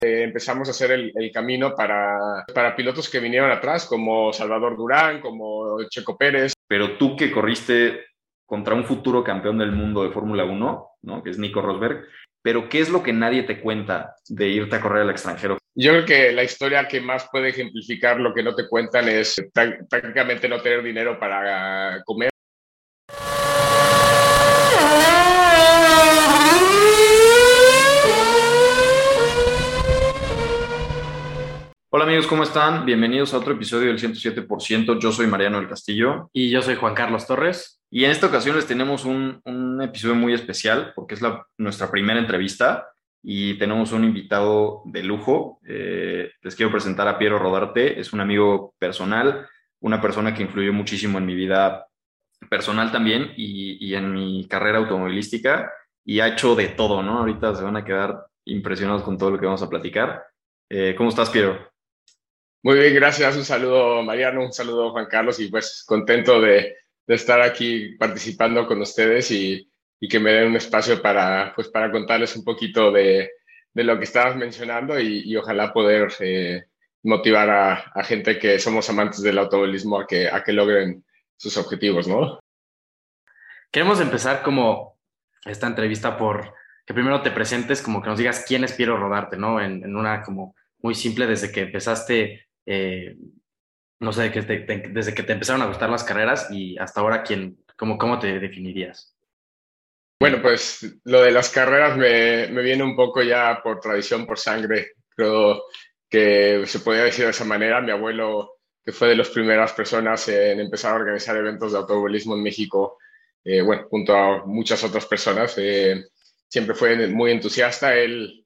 Empezamos a hacer el camino para pilotos que vinieron atrás, como Salvador Durán, como Checo Pérez. Pero tú que corriste contra un futuro campeón del mundo de Fórmula Uno, ¿no? Que es Nico Rosberg, pero ¿qué es lo que nadie te cuenta de irte a correr al extranjero? Yo creo que la historia que más puede ejemplificar lo que no te cuentan es prácticamente no tener dinero para comer. Hola amigos, ¿cómo están? Bienvenidos a otro episodio del 107%. Yo soy Mariano del Castillo. Y yo soy Juan Carlos Torres. Y en esta ocasión les tenemos un episodio muy especial porque es nuestra primera entrevista y tenemos un invitado de lujo. Les quiero presentar a Piero Rodarte. Es un amigo personal, una persona que influyó muchísimo en mi vida personal también y en mi carrera automovilística y ha hecho de todo, ¿no? Ahorita se van a quedar impresionados con todo lo que vamos a platicar. ¿Cómo estás, Piero? Muy bien, gracias. Un saludo, Mariano, un saludo, Juan Carlos, y pues contento de estar aquí participando con ustedes y que me den un espacio para contarles un poquito de lo que estabas mencionando y ojalá poder motivar a gente que somos amantes del automovilismo a que logren sus objetivos, ¿no? Queremos empezar como esta entrevista por que primero te presentes, como que nos digas quién es Piero Rodarte, ¿no? En una como muy simple, desde que empezaste, no sé, desde que te empezaron a gustar las carreras y hasta ahora, ¿cómo te definirías? Bueno, pues lo de las carreras me viene un poco ya por tradición, por sangre. Creo que se podría decir de esa manera. Mi abuelo, que fue de las primeras personas en empezar a organizar eventos de automovilismo en México, bueno, junto a muchas otras personas, siempre fue muy entusiasta. Él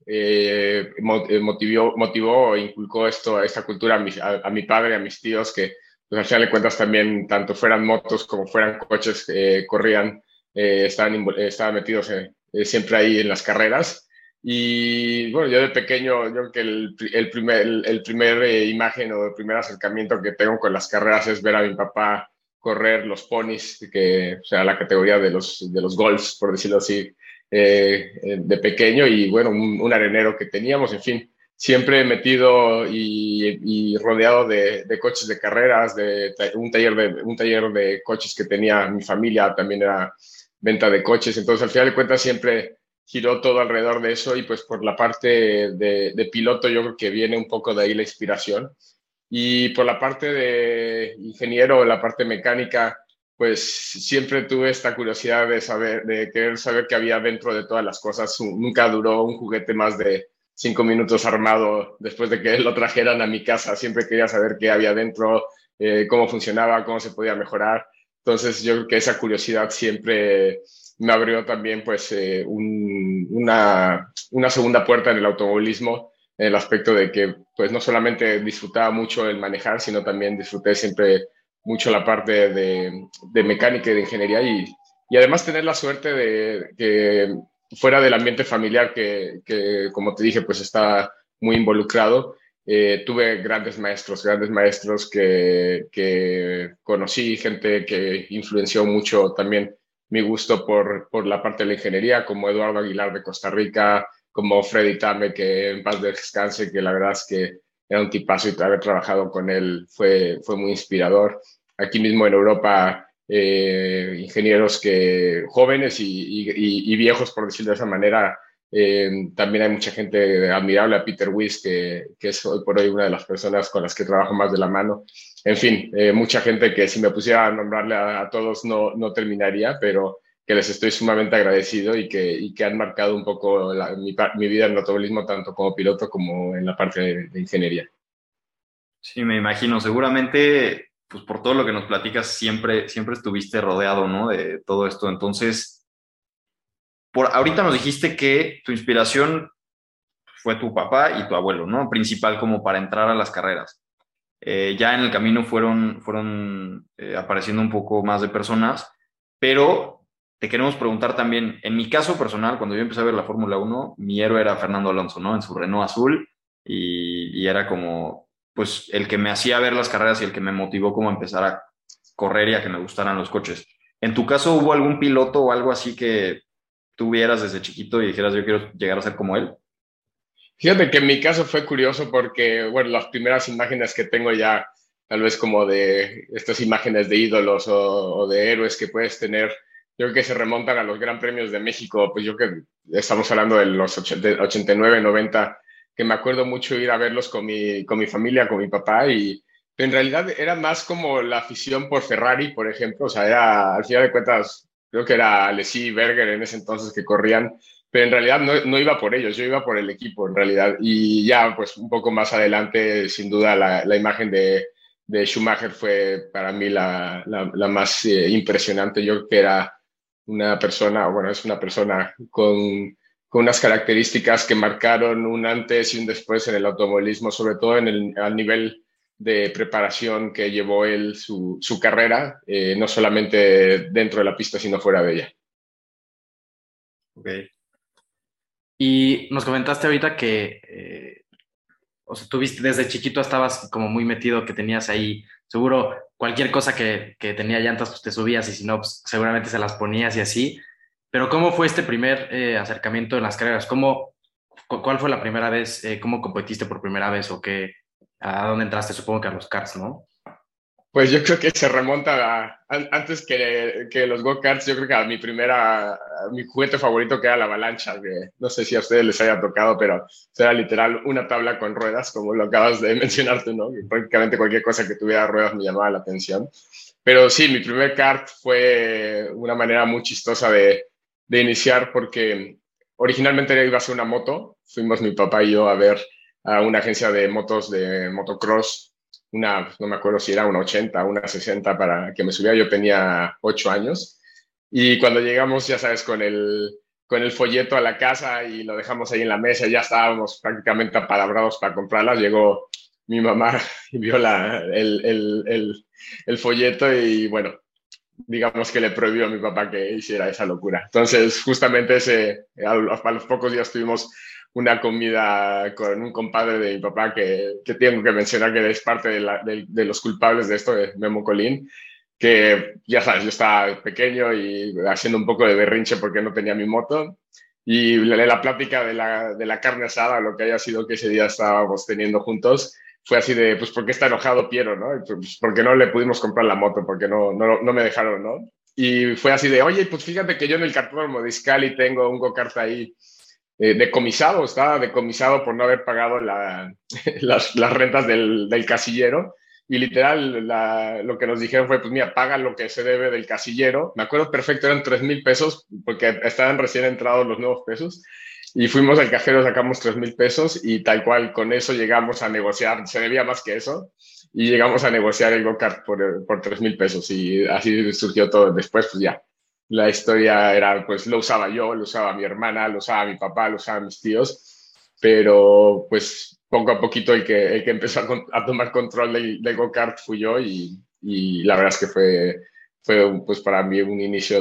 motivó e inculcó esta cultura a mi padre, a mis tíos, que pues, al final de cuentas también, tanto fueran motos como fueran coches, corrían, estaban metidos siempre ahí en las carreras. Y bueno, yo de pequeño, yo creo que el primer imagen o el primer acercamiento que tengo con las carreras es ver a mi papá correr los ponis, o sea, la categoría de los golfs, por decirlo así, de pequeño, y bueno, un arenero que teníamos, en fin, siempre metido y rodeado de coches de carreras, un taller de coches que tenía mi familia, también era venta de coches. Entonces al final de cuentas siempre giró todo alrededor de eso, y pues por la parte de piloto yo creo que viene un poco de ahí la inspiración, y por la parte de ingeniero, la parte mecánica, pues siempre tuve esta curiosidad de querer saber qué había dentro de todas las cosas. Nunca duró un juguete más de 5 minutos armado después de que lo trajeran a mi casa. Siempre quería saber qué había dentro, cómo funcionaba, cómo se podía mejorar. Entonces yo creo que esa curiosidad siempre me abrió también pues una segunda puerta en el automovilismo, en el aspecto de que pues no solamente disfrutaba mucho el manejar, sino también disfruté siempre mucho la parte de mecánica y de ingeniería, y además tener la suerte de que fuera del ambiente familiar que como te dije, pues está muy involucrado. Tuve grandes maestros que conocí, gente que influenció mucho también mi gusto por la parte de la ingeniería, como Eduardo Aguilar de Costa Rica, como Freddy Tame, que en paz descanse, que la verdad es que era un tipazo, y haber trabajado con él fue muy inspirador. Aquí mismo en Europa, ingenieros jóvenes y viejos, por decirlo de esa manera. También hay mucha gente admirable, a Peter Wyss, que es hoy por hoy una de las personas con las que trabajo más de la mano. En fin, mucha gente que si me pusiera a nombrarle a todos no terminaría, pero que les estoy sumamente agradecido, y que han marcado un poco mi vida en el automovilismo, tanto como piloto como en la parte de ingeniería. Sí, me imagino, seguramente, pues por todo lo que nos platicas, siempre estuviste rodeado, ¿no? De todo esto. Entonces, ahorita nos dijiste que tu inspiración fue tu papá y tu abuelo, ¿no? Principal como para entrar a las carreras. Ya en el camino fueron apareciendo un poco más de personas, pero te queremos preguntar también, en mi caso personal, cuando yo empecé a ver la Fórmula Uno, mi héroe era Fernando Alonso, ¿no? En su Renault azul, y era como, pues, el que me hacía ver las carreras y el que me motivó como a empezar a correr y a que me gustaran los coches. ¿En tu caso hubo algún piloto o algo así que tuvieras desde chiquito y dijeras, yo quiero llegar a ser como él? Fíjate que en mi caso fue curioso porque, bueno, las primeras imágenes que tengo ya, tal vez como de estas imágenes de ídolos o de héroes que puedes tener, yo creo que se remontan a los Gran Premios de México, pues yo que estamos hablando de los 89, 90, que me acuerdo mucho ir a verlos con mi familia, con mi papá, y en realidad era más como la afición por Ferrari, por ejemplo, o sea, era, al final de cuentas, creo que era Alesi y Berger en ese entonces que corrían, pero en realidad no iba por ellos, yo iba por el equipo en realidad. Y ya, pues un poco más adelante, sin duda, la imagen de Schumacher fue para mí la más impresionante. Yo creo que era una persona, bueno, es una persona con unas características que marcaron un antes y un después en el automovilismo, sobre todo al nivel de preparación que llevó él su carrera, no solamente dentro de la pista, sino fuera de ella. Ok. Y nos comentaste ahorita que, o sea, tú viste, desde chiquito estabas como muy metido, que tenías ahí, seguro cualquier cosa que tenía llantas, pues te subías y si no, pues seguramente se las ponías y así. Pero ¿cómo fue este primer acercamiento en las carreras? ¿Cuál fue la primera vez? ¿Cómo competiste por primera vez o qué? ¿A dónde entraste? Supongo que a los karts, ¿no? Pues yo creo que se remonta antes que los go-karts, yo creo que a mi juguete favorito que era la avalancha, que no sé si a ustedes les haya tocado, pero era literal una tabla con ruedas, como lo acabas de mencionar tú, ¿no? Que prácticamente cualquier cosa que tuviera ruedas me llamaba la atención. Pero sí, mi primer kart fue una manera muy chistosa de iniciar porque originalmente iba a ser una moto. Fuimos mi papá y yo a ver a una agencia de motos de motocross, no me acuerdo si era una 80, una 60 para que me subiera. Yo tenía 8 años. Y cuando llegamos, ya sabes, con el folleto a la casa y lo dejamos ahí en la mesa, ya estábamos prácticamente apalabrados para comprarlas. Llegó mi mamá y vio el folleto y bueno, digamos que le prohibió a mi papá que hiciera esa locura. Entonces, justamente a los pocos días tuvimos una comida con un compadre de mi papá que tengo que mencionar que es parte de los culpables de esto, de Memo Colín, que ya sabes, yo estaba pequeño y haciendo un poco de berrinche porque no tenía mi moto. Y la plática de la carne asada, lo que haya sido que ese día estábamos teniendo juntos, fue así de, pues, ¿por qué está enojado Piero, no? Pues, porque no le pudimos comprar la moto, porque no me dejaron, ¿no? Y fue así de, oye, pues fíjate que yo en el cartódromo de Izcalli tengo un go-kart ahí decomisado, estaba decomisado por no haber pagado las rentas del casillero. Y literal, lo que nos dijeron fue, pues mira, paga lo que se debe del casillero. Me acuerdo perfecto, eran 3,000 pesos, porque estaban recién entrados los nuevos pesos. Y fuimos al cajero, sacamos 3,000 pesos y tal cual, con eso llegamos a negociar, se debía más que eso, y llegamos a negociar el go-kart por 3,000 pesos. Y así surgió todo. Después, pues ya, la historia era, pues lo usaba yo, lo usaba mi hermana, lo usaba mi papá, lo usaban mis tíos, pero pues poco a poquito el que empezó a tomar control del go-kart fui yo y la verdad es que fue pues para mí un inicio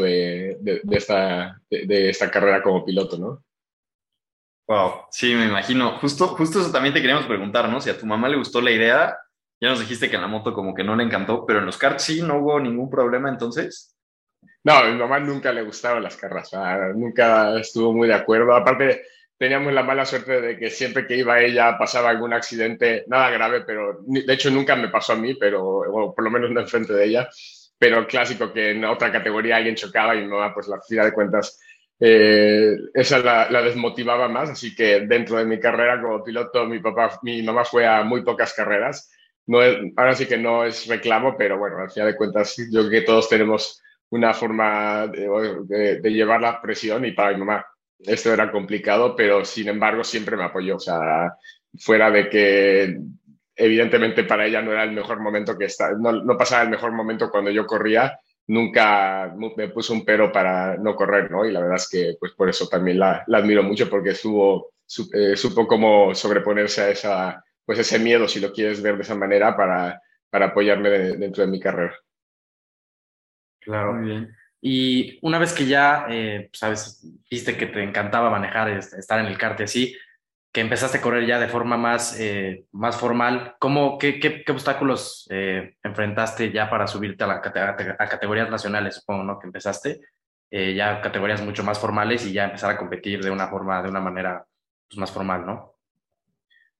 de esta carrera como piloto, ¿no? Wow, sí, me imagino. Justo eso también te queríamos preguntar, ¿no? Si a tu mamá le gustó la idea, ya nos dijiste que en la moto como que no le encantó, pero en los karts sí, no hubo ningún problema entonces. No, a mi mamá nunca le gustaron las carreras, o sea, nunca estuvo muy de acuerdo. Aparte, teníamos la mala suerte de que siempre que iba ella pasaba algún accidente, nada grave, pero de hecho nunca me pasó a mí, pero o por lo menos no enfrente de ella. Pero clásico que en otra categoría alguien chocaba y mi mamá, pues la fila de cuentas, esa la desmotivaba más. Así que dentro de mi carrera como piloto, mi mamá fue a muy pocas carreras. No ahora sí que no es reclamo, pero bueno, al final de cuentas, yo creo que todos tenemos una forma de llevar la presión y para mi mamá esto era complicado, pero sin embargo siempre me apoyó, o sea, fuera de que evidentemente para ella no era el mejor momento no pasaba el mejor momento cuando yo corría, nunca me puso un pero para no correr, ¿no? Y la verdad es que pues por eso también la admiro mucho porque supo cómo sobreponerse a pues ese miedo, si lo quieres ver de esa manera, para apoyarme dentro de mi carrera. Claro. Muy bien. Y una vez que ya, sabes, viste que te encantaba manejar, estar en el kart y así, que empezaste a correr ya de forma más formal, qué obstáculos enfrentaste ya para subirte a categorías nacionales, supongo, ¿no? Que empezaste ya categorías mucho más formales y ya empezar a competir de una manera pues, más formal, ¿no?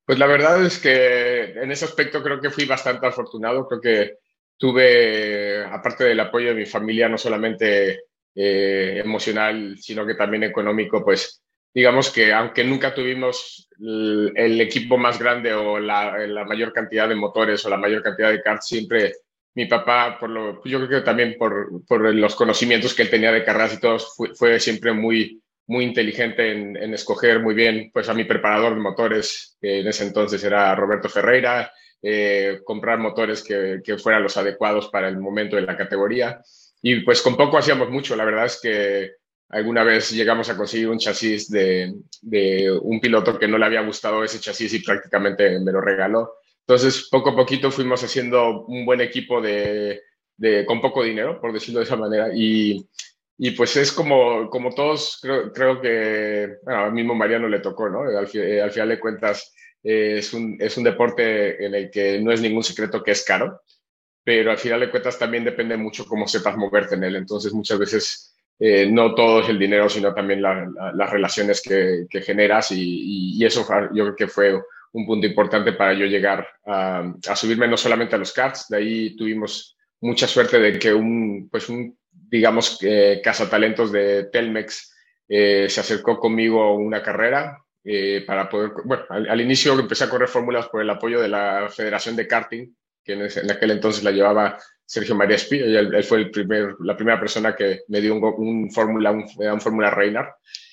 Pues la verdad es que en ese aspecto creo que fui bastante afortunado. Creo que tuve, aparte del apoyo de mi familia, no solamente emocional, sino que también económico, pues digamos que aunque nunca tuvimos el equipo más grande o la mayor cantidad de motores o la mayor cantidad de karts, siempre mi papá, yo creo que también por los conocimientos que él tenía de carreras y todo, fue siempre muy inteligente en escoger muy bien pues a mi preparador de motores, que en ese entonces era Roberto Ferreira, comprar motores que fueran los adecuados para el momento de la categoría. Y pues con poco hacíamos mucho. La verdad es que alguna vez llegamos a conseguir un chasis de un piloto que no le había gustado ese chasis y prácticamente me lo regaló. Entonces, poco a poquito fuimos haciendo un buen equipo con poco dinero, por decirlo de esa manera. Y pues es como todos, creo que, bueno, al mismo Mariano le tocó, ¿no? Al final de cuentas, es un deporte en el que no es ningún secreto que es caro, pero al final de cuentas también depende mucho cómo sepas moverte en él. Entonces, muchas veces no todo es el dinero, sino también las relaciones que generas y eso yo creo que fue un punto importante para yo llegar a subirme no solamente a los karts, de ahí tuvimos mucha suerte de que digamos, cazatalentos de Telmex se acercó conmigo a una carrera para poder, bueno, al inicio empecé a correr fórmulas por el apoyo de la Federación de Karting, que en aquel entonces la llevaba Sergio María Espí, él fue la primera persona que me dio un Fórmula Reynard.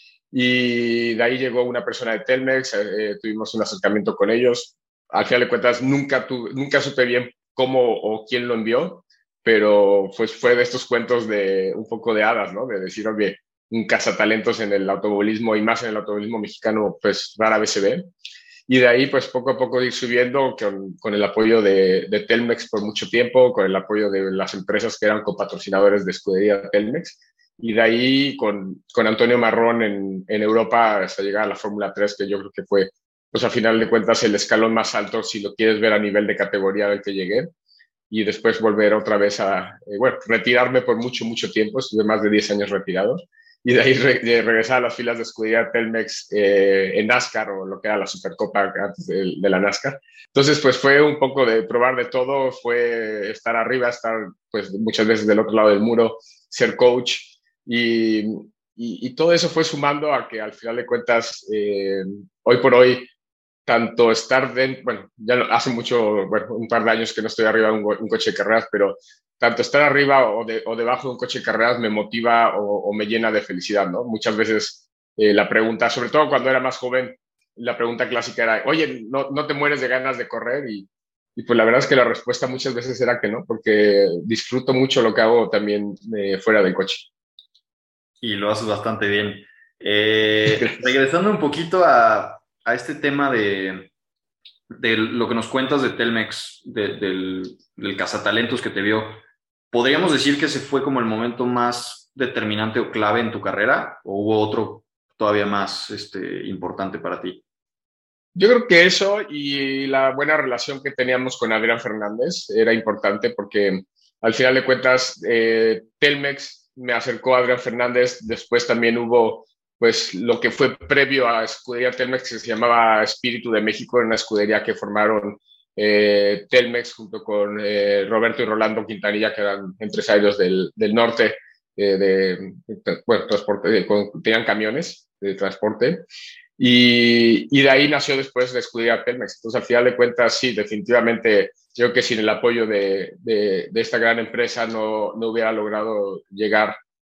Y de ahí llegó una persona de Telmex, tuvimos un acercamiento con ellos. Al final de cuentas, nunca supe bien cómo o quién lo envió, pero pues fue de estos cuentos de un poco de hadas, ¿no? De decir, oye, un cazatalentos en el automovilismo y más en el automovilismo mexicano, pues rara vez se ve. Y de ahí, pues poco a poco ir subiendo con el apoyo de Telmex por mucho tiempo, con el apoyo de las empresas que eran copatrocinadores de escudería Telmex. Y de ahí con Antonio Marrón en Europa hasta llegar a la Fórmula 3, que yo creo que fue, pues a final de cuentas, el escalón más alto, si lo quieres ver a nivel de categoría del que llegué. Y después volver otra vez bueno, retirarme por mucho tiempo, estuve más de 10 años retirado y de ahí regresar a las filas de escudería Telmex en NASCAR o lo que era la Supercopa antes de la NASCAR. Entonces, pues fue un poco de probar de todo, fue estar arriba, estar pues muchas veces del otro lado del muro, ser coach y todo eso fue sumando a que al final de cuentas, hoy por hoy, tanto estar dentro, bueno, ya hace bueno, un par de años que no estoy arriba de un coche de carreras, pero tanto estar arriba o debajo de un coche de carreras me motiva o me llena de felicidad, ¿no? Muchas veces la pregunta, sobre todo cuando era más joven, la pregunta clásica era, oye, ¿no te mueres de ganas de correr? Y pues la verdad es que la respuesta muchas veces era que no, porque disfruto mucho lo que hago también fuera del coche. Y lo haces bastante bien. Regresando un poquito a este tema de lo que nos cuentas de Telmex, del cazatalentos que te vio, ¿podríamos decir que ese fue como el momento más determinante o clave en tu carrera? ¿O hubo otro todavía más importante para ti? Yo creo que eso y la buena relación que teníamos con Adrián Fernández era importante porque al final de cuentas Telmex me acercó a Adrián Fernández, después también hubo pues lo que fue previo a escudería Telmex que se llamaba Espíritu de México, era una escudería que formaron Telmex junto con Roberto y Rolando Quintanilla, que eran empresarios del norte, bueno, transporte, tenían camiones de transporte. Y de ahí nació después la escudería Telmex. Entonces, al final de cuentas, sí, definitivamente, yo creo que sin el apoyo de esta gran empresa no hubiera logrado llegar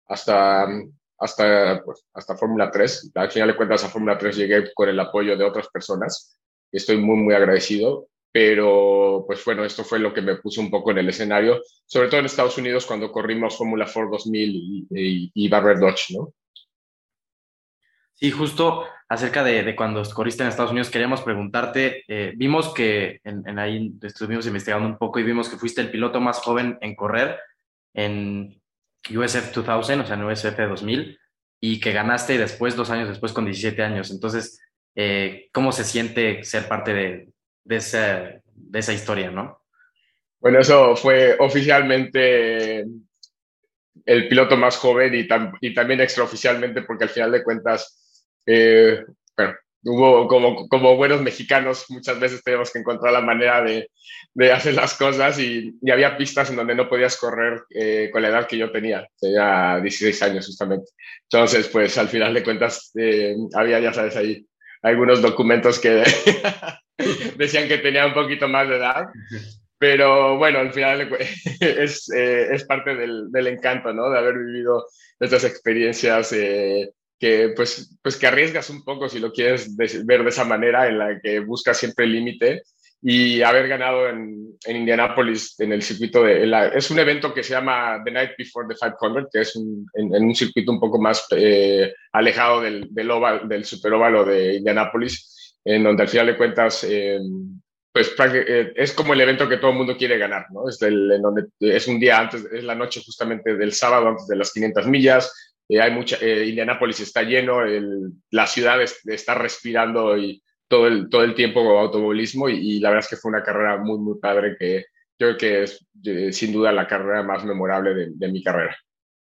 hasta Fórmula 3. Al final de cuentas, a Fórmula 3 llegué con el apoyo de otras personas. Estoy muy agradecido. Pero, pues bueno, esto fue lo que me puso un poco en el escenario, sobre todo en Estados Unidos cuando corrimos Fórmula Ford 2000 y Barber Dodge, ¿no? Sí, justo acerca de cuando corriste en Estados Unidos, queríamos preguntarte, vimos que en ahí estuvimos investigando un poco y vimos que fuiste el piloto más joven en correr en USF 2000, o sea, en USF 2000, y que ganaste después, 2 años después, con 17 años. Entonces, ¿cómo se siente ser parte de esa historia, no? Bueno, eso fue oficialmente el piloto más joven y también extraoficialmente, porque al final de cuentas, bueno, hubo como buenos mexicanos, muchas veces tenemos que encontrar la manera de hacer las cosas y había pistas en donde no podías correr con la edad que yo tenía 16 años justamente. Entonces, pues al final de cuentas, había, ya sabes, ahí algunos documentos que decían que tenía un poquito más de edad. Pero bueno, al final es parte del encanto, ¿no? De haber vivido estas experiencias pues que arriesgas un poco si lo quieres ver de esa manera, en la que buscas siempre el límite y haber ganado en Indianápolis en el circuito es un evento que se llama The Night Before the 500, que es en un circuito un poco más alejado del superóvalo de Indianápolis, en donde al final de cuentas pues es como el evento que todo el mundo quiere ganar, ¿no? En donde es un día antes, es la noche justamente del sábado antes de las 500 millas. Indianápolis está lleno, la ciudad está respirando y todo el tiempo automovilismo y la verdad es que fue una carrera muy, muy padre que yo creo que es sin duda la carrera más memorable de mi carrera.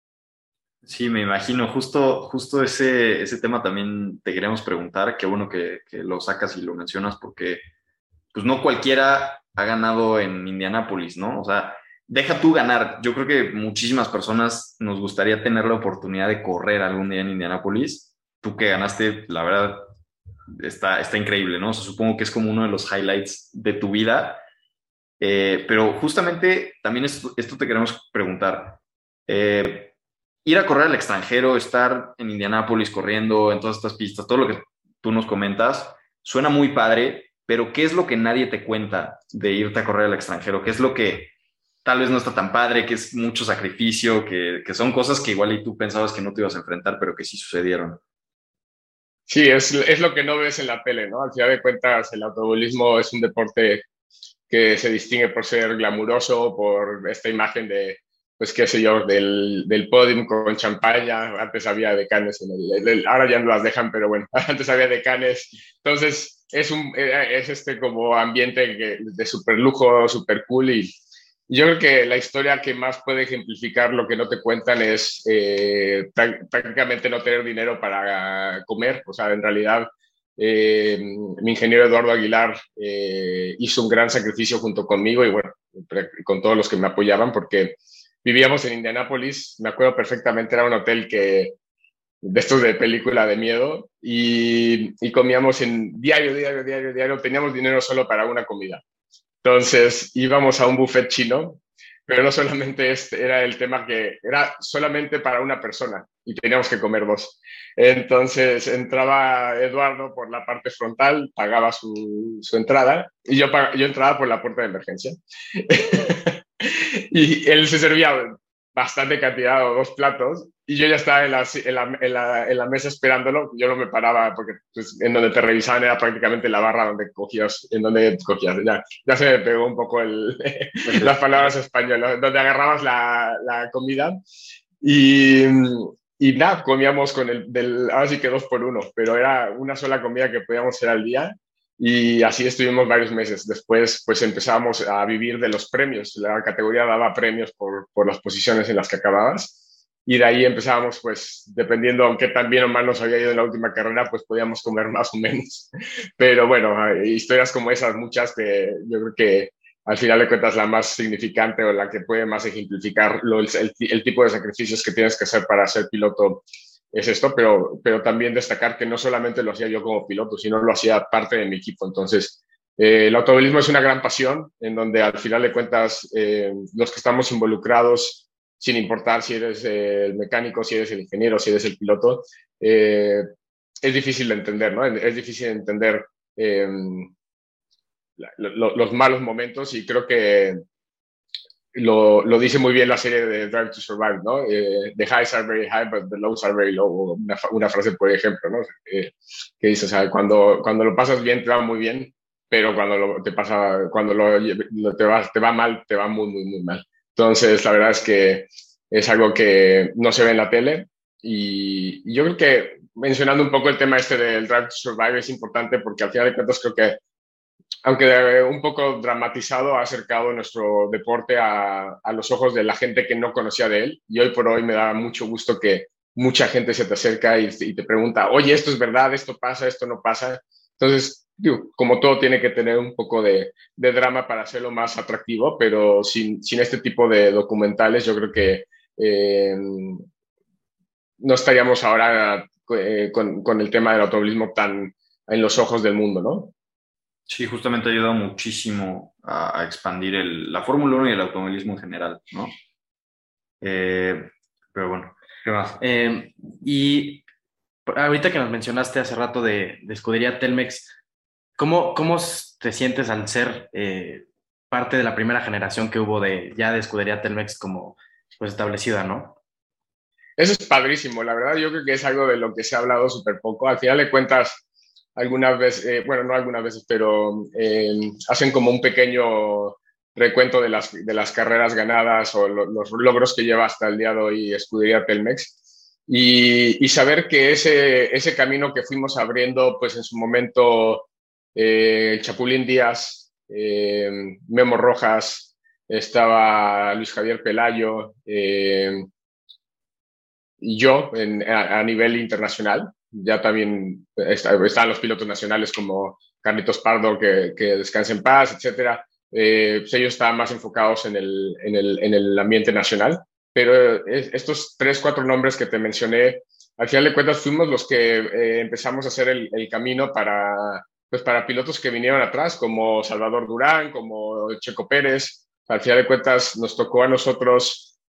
Sí, me imagino. Justo ese tema también te queremos preguntar. Qué bueno que lo sacas y lo mencionas porque pues no cualquiera ha ganado en Indianápolis, ¿no? O sea, deja tú ganar. Yo creo que muchísimas personas nos gustaría tener la oportunidad de correr algún día en Indianápolis. Tú que ganaste, la verdad, está increíble, ¿no? O sea, supongo que es como uno de los highlights de tu vida. Pero justamente también esto te queremos preguntar. Ir a correr al extranjero, estar en Indianápolis corriendo en todas estas pistas, todo lo que tú nos comentas, suena muy padre, pero ¿qué es lo que nadie te cuenta de irte a correr al extranjero? ¿Qué es lo que tal vez no está tan padre, que es mucho sacrificio, que son cosas que igual y tú pensabas que no te ibas a enfrentar, pero que sí sucedieron? Sí, es lo que no ves en la tele, ¿no? Al final de cuentas, el automovilismo es un deporte que se distingue por ser glamuroso, por esta imagen pues qué sé yo, del podium con champaña. Antes había decanes, ahora ya no las dejan, pero bueno, antes había decanes. Entonces, es este como ambiente de súper lujo, súper cool y yo creo que la historia que más puede ejemplificar lo que no te cuentan es prácticamente no tener dinero para comer. O sea, en realidad, mi ingeniero Eduardo Aguilar hizo un gran sacrificio junto conmigo y bueno, con todos los que me apoyaban porque vivíamos en Indianápolis. Me acuerdo perfectamente, era un hotel de estos de película de miedo y comíamos diario. Teníamos dinero solo para una comida. Entonces íbamos a un buffet chino, pero no solamente era el tema que era solamente para una persona y teníamos que comer dos. Entonces entraba Eduardo por la parte frontal, pagaba su entrada y yo entraba por la puerta de emergencia. Y él se servía bastante cantidad o dos platos y yo ya estaba en la mesa esperándolo. Yo no me paraba porque pues, en donde te revisaban era prácticamente la barra donde cogías, ya se me pegó un poco las palabras españolas, donde agarrabas la comida y, y nada, comíamos ahora sí que 2 por 1, pero era una sola comida que podíamos hacer al día. Y así estuvimos varios meses. Después, pues empezamos a vivir de los premios. La categoría daba premios por las posiciones en las que acababas. Y de ahí empezábamos, pues, dependiendo, aunque tan bien o mal nos había ido en la última carrera, pues podíamos comer más o menos. Pero bueno, hay historias como esas, muchas que yo creo que al final de cuentas la más significante o la que puede más ejemplificar el tipo de sacrificios que tienes que hacer para ser piloto es esto, pero también destacar que no solamente lo hacía yo como piloto, sino lo hacía parte de mi equipo. Entonces, el automovilismo es una gran pasión en donde al final de cuentas los que estamos involucrados, sin importar si eres el mecánico, si eres el ingeniero, si eres el piloto, es difícil de entender, ¿no? Es difícil de entender los malos momentos y creo que lo dice muy bien la serie de Drive to Survive, ¿no? The highs are very high, but the lows are very low. Una frase, por ejemplo, ¿no? Que dice, o sea, cuando lo pasas bien, te va muy bien, pero te va mal, te va muy, muy, muy mal. Entonces, la verdad es que es algo que no se ve en la tele y yo creo que mencionando un poco el tema del Drive to Survive es importante porque al final de cuentas creo que aunque un poco dramatizado, ha acercado nuestro deporte a los ojos de la gente que no conocía de él. Y hoy por hoy me da mucho gusto que mucha gente se te acerca y te pregunta, oye, esto es verdad, esto pasa, esto no pasa. Entonces, digo, como todo tiene que tener un poco de drama para hacerlo más atractivo, pero sin este tipo de documentales yo creo que no estaríamos ahora con el tema del automovilismo tan en los ojos del mundo, ¿no? Sí, justamente ha ayudado muchísimo a expandir la Fórmula 1 y el automovilismo en general, ¿no? Pero bueno, ¿qué más? Y ahorita que nos mencionaste hace rato de Escudería Telmex, ¿cómo te sientes al ser parte de la primera generación que hubo ya de Escudería Telmex como pues establecida, ¿no? Eso es padrísimo, la verdad yo creo que es algo de lo que se ha hablado súper poco. Al final de cuentas, algunas veces, bueno, no algunas veces, pero hacen como un pequeño recuento de las carreras ganadas o los logros que lleva hasta el día de hoy Escudería Telmex. Y saber que ese camino que fuimos abriendo, pues en su momento, Chapulín Díaz, Memo Rojas, estaba Luis Javier Pelayo, y yo a nivel internacional. Ya también están los pilotos nacionales como Carlitos Pardo, que descansa en paz, etcétera. Pues ellos estaban más enfocados en el ambiente nacional. Pero estos 3, 4 nombres que te mencioné, al final de cuentas fuimos los que empezamos a hacer el camino pues para pilotos que vinieron atrás, como Salvador Durán, como Checo Pérez. Al final de cuentas nos tocó a nosotros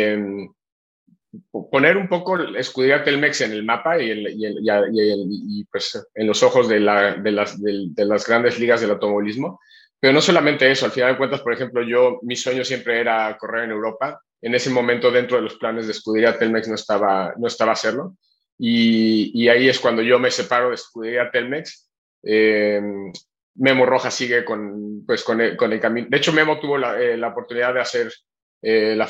poner un poco Escudería Telmex en el mapa y pues en los ojos de las grandes ligas del automovilismo. Pero no solamente eso, al final de cuentas, por ejemplo, mi sueño siempre era correr en Europa. En ese momento, dentro de los planes de Escudería Telmex no estaba hacerlo. Y ahí es cuando yo me separo de Escudería Telmex. Memo Rojas sigue con el camino. De hecho, Memo tuvo la oportunidad de hacer la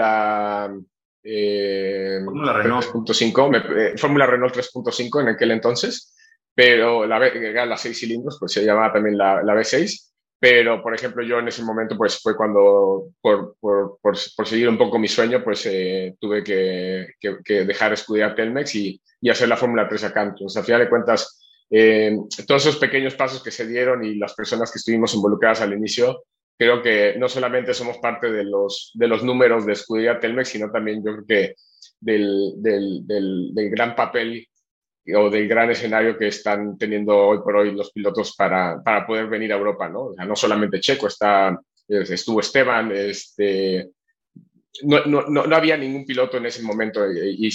Fórmula Renault 3.5, Fórmula Renault 3.5 en aquel entonces, pero la 6 cilindros, pues se llamaba también la V6. Pero, por ejemplo, yo en ese momento, pues fue cuando, por seguir un poco mi sueño, pues tuve que dejar estudiar Telmex y hacer la Fórmula 3 acá. Entonces, al final de cuentas, todos esos pequeños pasos que se dieron y las personas que estuvimos involucradas al inicio, creo que no solamente somos parte de los números de Escudería Telmex, sino también yo creo que del gran papel o del gran escenario que están teniendo hoy por hoy los pilotos para poder venir a Europa, ¿no? O sea, no solamente Checo, estuvo Esteban, no había ningún piloto en ese momento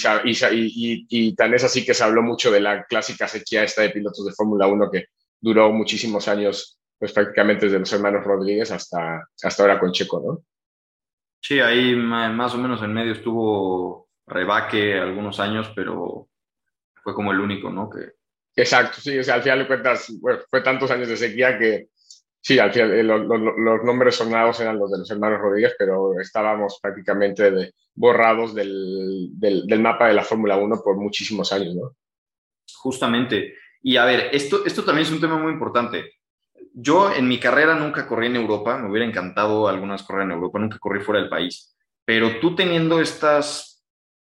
y tan es así que se habló mucho de la clásica sequía esta de pilotos de Fórmula 1 que duró muchísimos años, pues prácticamente desde los hermanos Rodríguez hasta ahora con Checo, ¿no? Sí, ahí más o menos en medio estuvo Rebaque algunos años, pero fue como el único, ¿no? Exacto, sí, o sea, al final de cuentas, bueno, fue tantos años de sequía que sí, al final los nombres sonados eran los de los hermanos Rodríguez, pero estábamos prácticamente borrados del mapa de la Fórmula 1 por muchísimos años, ¿no? Justamente. Y a ver, esto también es un tema muy importante. Yo en mi carrera nunca corrí en Europa, me hubiera encantado algunas correr en Europa, nunca corrí fuera del país, pero tú teniendo estas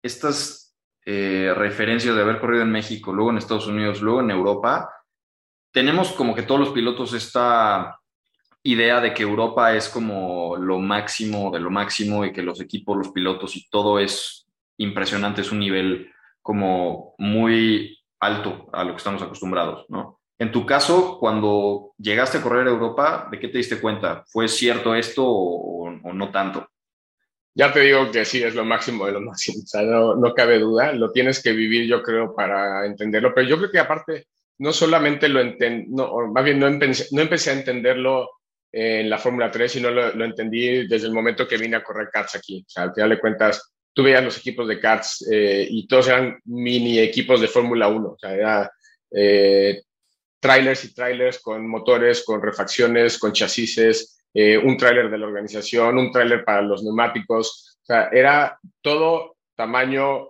referencias de haber corrido en México, luego en Estados Unidos, luego en Europa, tenemos como que todos los pilotos esta idea de que Europa es como lo máximo de lo máximo y que los equipos, los pilotos y todo es impresionante, es un nivel como muy alto a lo que estamos acostumbrados, ¿no? En tu caso, cuando llegaste a correr a Europa, ¿de qué te diste cuenta? ¿Fue cierto esto o no tanto? Ya te digo que sí, es lo máximo de lo máximo, o sea, no cabe duda, lo tienes que vivir yo creo para entenderlo, pero yo creo que aparte no solamente más bien no empecé a entenderlo en la Fórmula 3, sino lo entendí desde el momento que vine a correr karts aquí, o sea, al final de cuentas, tú veías los equipos de karts y todos eran mini equipos de Fórmula 1, o sea, era trailers y trailers con motores, con refacciones, con chasis, un tráiler de la organización, un tráiler para los neumáticos, o sea, era todo tamaño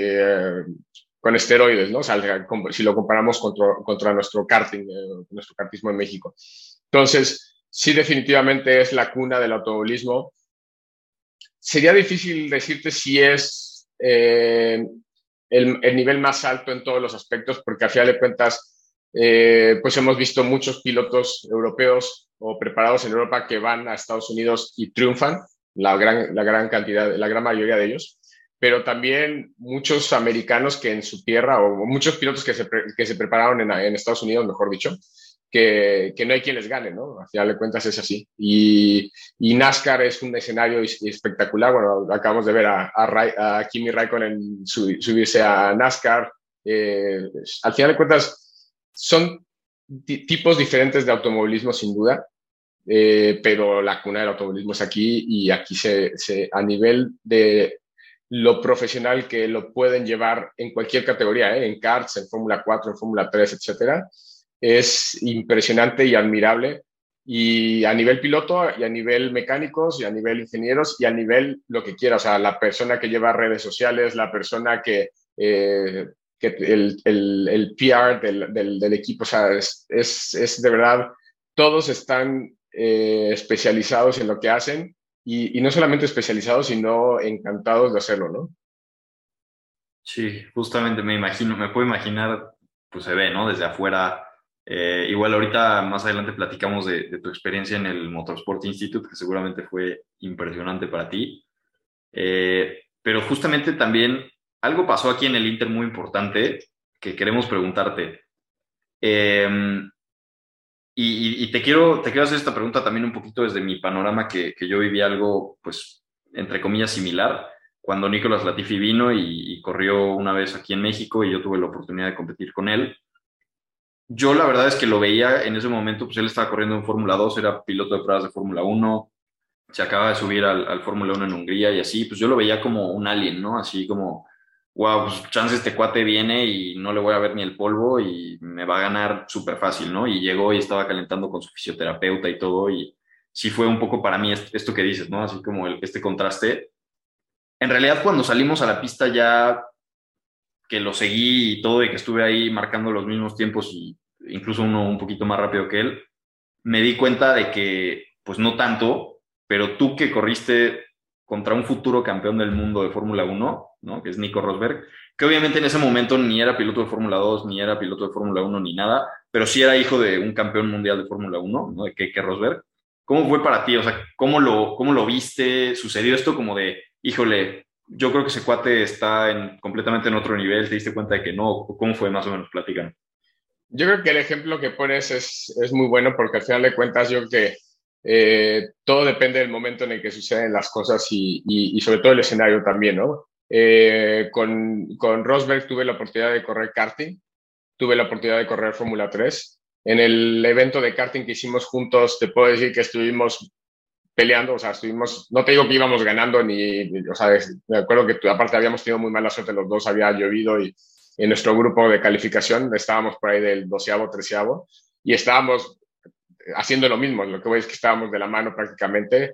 con esteroides, ¿no? O sea, si lo comparamos contra nuestro karting, nuestro kartismo en México. Entonces, sí, definitivamente es la cuna del automovilismo. Sería difícil decirte si es el nivel más alto en todos los aspectos, porque al final de cuentas, pues hemos visto muchos pilotos europeos o preparados en Europa que van a Estados Unidos y triunfan, la gran cantidad, la gran mayoría de ellos, pero también muchos americanos que en su tierra, o muchos pilotos que se prepararon en Estados Unidos, mejor dicho, que no hay quien les gane, ¿no? Al final de cuentas es así. Y NASCAR es un escenario espectacular. Bueno, acabamos de ver a Kimi Raikkonen subirse a NASCAR. Al final de cuentas son tipos diferentes de automovilismo, sin duda, pero la cuna del automovilismo es aquí y aquí a nivel de lo profesional que lo pueden llevar en cualquier categoría, en karts, en Fórmula 4, en Fórmula 3, etcétera, es impresionante y admirable. Y a nivel piloto, y a nivel mecánicos, y a nivel ingenieros, y a nivel lo que quiera. O sea, la persona que lleva redes sociales, la persona que el PR del equipo, o sea, es de verdad, todos están especializados en lo que hacen y no solamente especializados, sino encantados de hacerlo, ¿no? Sí, justamente me puedo imaginar, pues se ve, ¿no? Desde afuera. Igual ahorita más adelante platicamos de tu experiencia en el Motorsport Institute, que seguramente fue impresionante para ti. Pero justamente también algo pasó aquí en el Inter muy importante que queremos preguntarte. Y te quiero hacer esta pregunta también un poquito desde mi panorama, que yo viví algo, pues, entre comillas, similar, cuando Nicolas Latifi vino y corrió una vez aquí en México y yo tuve la oportunidad de competir con él. Yo la verdad es que lo veía en ese momento, pues él estaba corriendo en Fórmula 2, era piloto de pruebas de Fórmula 1, se acaba de subir al Fórmula 1 en Hungría y así, pues yo lo veía como un alien, ¿no? Así como, wow, pues chance este cuate viene y no le voy a ver ni el polvo y me va a ganar súper fácil, ¿no? Y llegó y estaba calentando con su fisioterapeuta y todo y sí fue un poco para mí esto que dices, ¿no? Así como este contraste. En realidad cuando salimos a la pista ya que lo seguí y todo y que estuve ahí marcando los mismos tiempos y incluso uno un poquito más rápido que él, me di cuenta de que pues no tanto, pero tú que corriste contra un futuro campeón del mundo de Fórmula 1, ¿no? Que es Nico Rosberg, que obviamente en ese momento ni era piloto de Fórmula 2, ni era piloto de Fórmula 1, ni nada, pero sí era hijo de un campeón mundial de Fórmula 1, ¿no? De Keke Rosberg. ¿Cómo fue para ti? O sea, cómo lo viste? ¿Sucedió esto como de, híjole, yo creo que ese cuate está completamente en otro nivel, te diste cuenta de que no? ¿Cómo fue más o menos? Platican. Yo creo que el ejemplo que pones es muy bueno porque al final de cuentas yo creo que todo depende del momento en el que suceden las cosas y sobre todo el escenario también, ¿no? Con Rosberg tuve la oportunidad de correr karting, tuve la oportunidad de correr Fórmula 3. En el evento de karting que hicimos juntos, te puedo decir que estuvimos peleando, o sea, no te digo que íbamos ganando, o sea, me acuerdo que aparte habíamos tenido muy mala suerte los dos, había llovido y en nuestro grupo de calificación estábamos por ahí del 12º, 13º y estábamos haciendo lo mismo, lo que voy es que estábamos de la mano prácticamente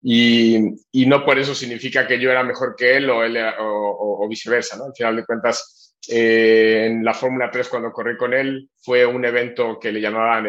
y no por eso significa que yo era mejor que él o viceversa, ¿no? Al final de cuentas, en la Fórmula 3 cuando corrí con él fue un evento que le llamaban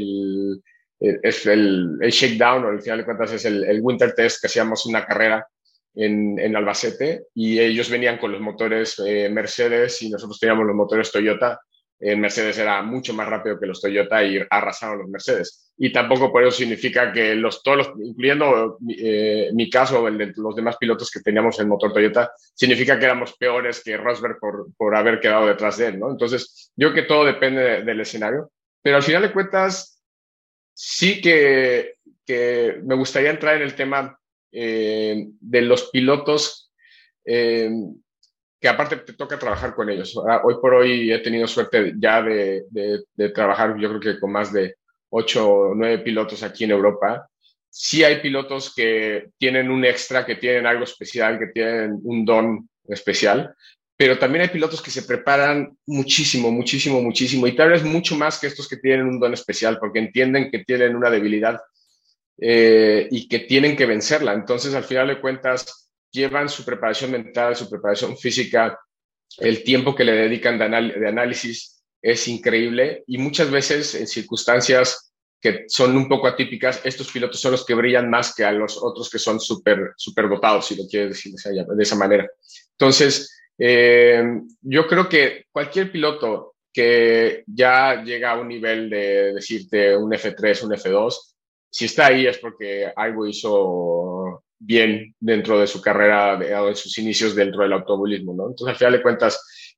es el shakedown, o al final de cuentas es el winter test, que hacíamos una carrera en Albacete y ellos venían con los motores Mercedes y nosotros teníamos los motores Toyota. El Mercedes era mucho más rápido que los Toyota y arrasaron los Mercedes. Y tampoco por eso significa que incluyendo mi caso, el de los demás pilotos que teníamos el motor Toyota, significa que éramos peores que Rosberg por haber quedado detrás de él, ¿no? Entonces, yo creo que todo depende del escenario. Pero al final de cuentas, sí que me gustaría entrar en el tema de los pilotos que aparte te toca trabajar con ellos. Hoy por hoy he tenido suerte ya de trabajar, yo creo que con más de 8 o 9 pilotos aquí en Europa. Sí hay pilotos que tienen un extra, que tienen algo especial, que tienen un don especial, pero también hay pilotos que se preparan muchísimo, muchísimo, muchísimo, y tal vez mucho más que estos que tienen un don especial, porque entienden que tienen una debilidad y que tienen que vencerla. Entonces, al final de cuentas, llevan su preparación mental, su preparación física, el tiempo que le dedican de análisis es increíble y muchas veces en circunstancias que son un poco atípicas, estos pilotos son los que brillan más que a los otros que son súper dotados, si lo quieres decir de esa manera. Entonces, Yo creo que cualquier piloto que ya llega a un nivel de decirte un F3, un F2, si está ahí es porque algo hizo bien dentro de su carrera o en sus inicios dentro del automovilismo, ¿no? Entonces, al final de cuentas,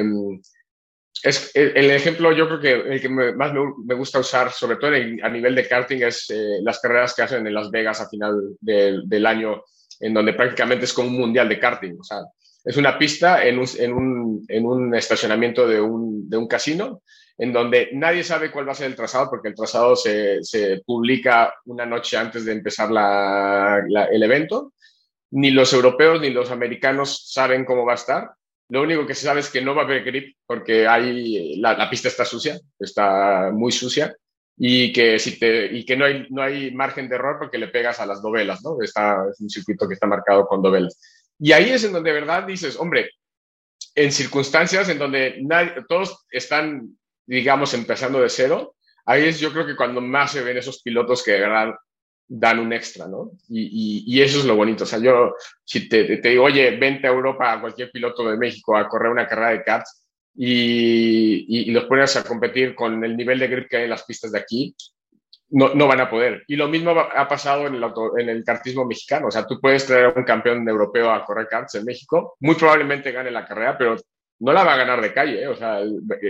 es el ejemplo, yo creo que el que más me gusta usar, sobre todo a nivel de karting, es las carreras que hacen en Las Vegas a final del año, en donde prácticamente es como un mundial de karting. O sea, es una pista en un estacionamiento de un casino, en donde nadie sabe cuál va a ser el trazado, porque el trazado se publica una noche antes de empezar el evento. Ni los europeos ni los americanos saben cómo va a estar. Lo único que se sabe es que no va a haber grip porque la pista está sucia, está muy sucia, y que, y que no hay margen de error porque le pegas a las dovelas, ¿no? Es un circuito que está marcado con dovelas. Y ahí es en donde de verdad dices, hombre, en circunstancias en donde todos están, digamos, empezando de cero, ahí es yo creo que cuando más se ven esos pilotos que de verdad dan un extra, ¿no? Y eso es lo bonito. O sea, yo, si te digo, oye, vente a Europa a cualquier piloto de México a correr una carrera de karts y los pones a competir con el nivel de grip que hay en las pistas de aquí, no van a poder. Y lo mismo ha pasado en el kartismo mexicano. O sea, tú puedes traer a un campeón europeo a correr karts en México, muy probablemente gane la carrera, pero no la va a ganar de calle, ¿eh? O sea,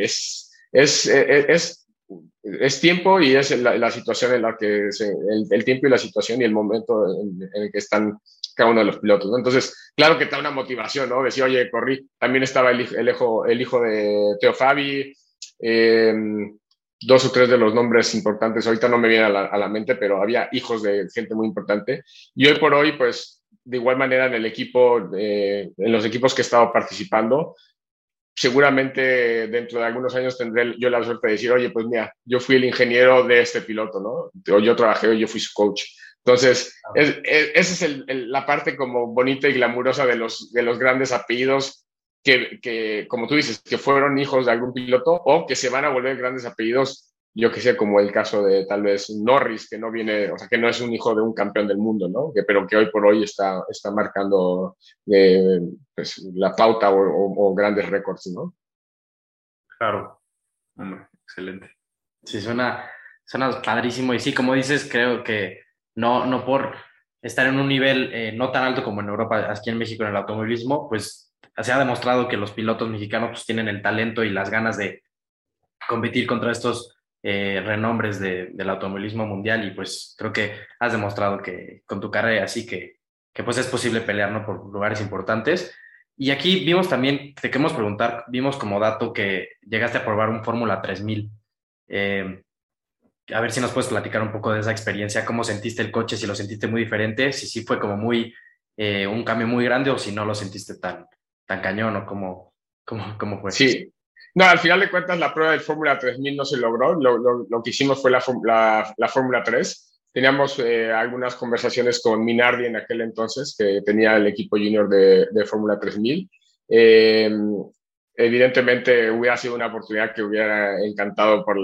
es tiempo y es la situación en la que el tiempo y la situación y el momento en el que están cada uno de los pilotos, ¿no? Entonces, claro que te da una motivación, ¿no? Decir, oye, corrí. También estaba el hijo de Teo Fabi, dos o tres de los nombres importantes, ahorita no me viene a la mente, pero había hijos de gente muy importante. Y hoy por hoy, pues, de igual manera en el equipo, en los equipos que he estado participando, seguramente dentro de algunos años tendré yo la suerte de decir, oye, pues mira, yo fui el ingeniero de este piloto, ¿no? O yo trabajé o yo fui su coach. Entonces, esa es la parte como bonita y glamurosa de los grandes apellidos como tú dices, que fueron hijos de algún piloto o que se van a volver grandes apellidos, yo que sé, como el caso de tal vez Norris, que no viene, o sea, que no es un hijo de un campeón del mundo, ¿no? Pero que hoy por hoy está marcando pues, la pauta o grandes récords, ¿no? Claro, hombre, excelente. Sí, suena padrísimo. Y sí, como dices, creo que no por estar en un nivel no tan alto como en Europa, aquí en México en el automovilismo, pues se ha demostrado que los pilotos mexicanos pues, tienen el talento y las ganas de competir contra estos renombres del automovilismo mundial, y pues creo que has demostrado que con tu carrera así que pues es posible pelear, ¿no? Por lugares importantes. Y aquí vimos también, te queremos preguntar, vimos como dato que llegaste a probar un Fórmula 3000. A ver si nos puedes platicar un poco de esa experiencia, cómo sentiste el coche, si lo sentiste muy diferente, si sí fue como muy, un cambio muy grande o si no lo sentiste tan cañón o cómo fue. Sí. No, al final de cuentas la prueba del Fórmula 3000 no se logró. Lo que hicimos fue la Fórmula 3. Teníamos algunas conversaciones con Minardi en aquel entonces, que tenía el equipo junior de Fórmula 3000. Evidentemente hubiera sido una oportunidad que hubiera encantado por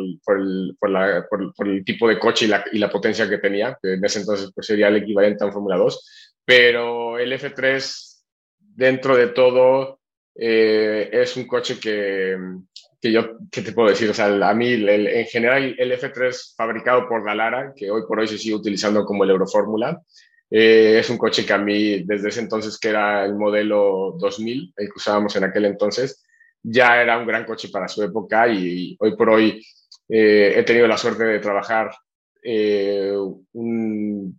el tipo de coche y la potencia que tenía, que en ese entonces pues, sería el equivalente a un Fórmula 2. Pero el F3, dentro de todo, es un coche que yo, ¿qué te puedo decir? O sea, a mí, en general, el F3 fabricado por Dallara, que hoy por hoy se sigue utilizando como el Eurofórmula, es un coche que a mí, desde ese entonces, que era el modelo 2000, el que usábamos en aquel entonces, ya era un gran coche para su época y hoy por hoy he tenido la suerte de trabajar un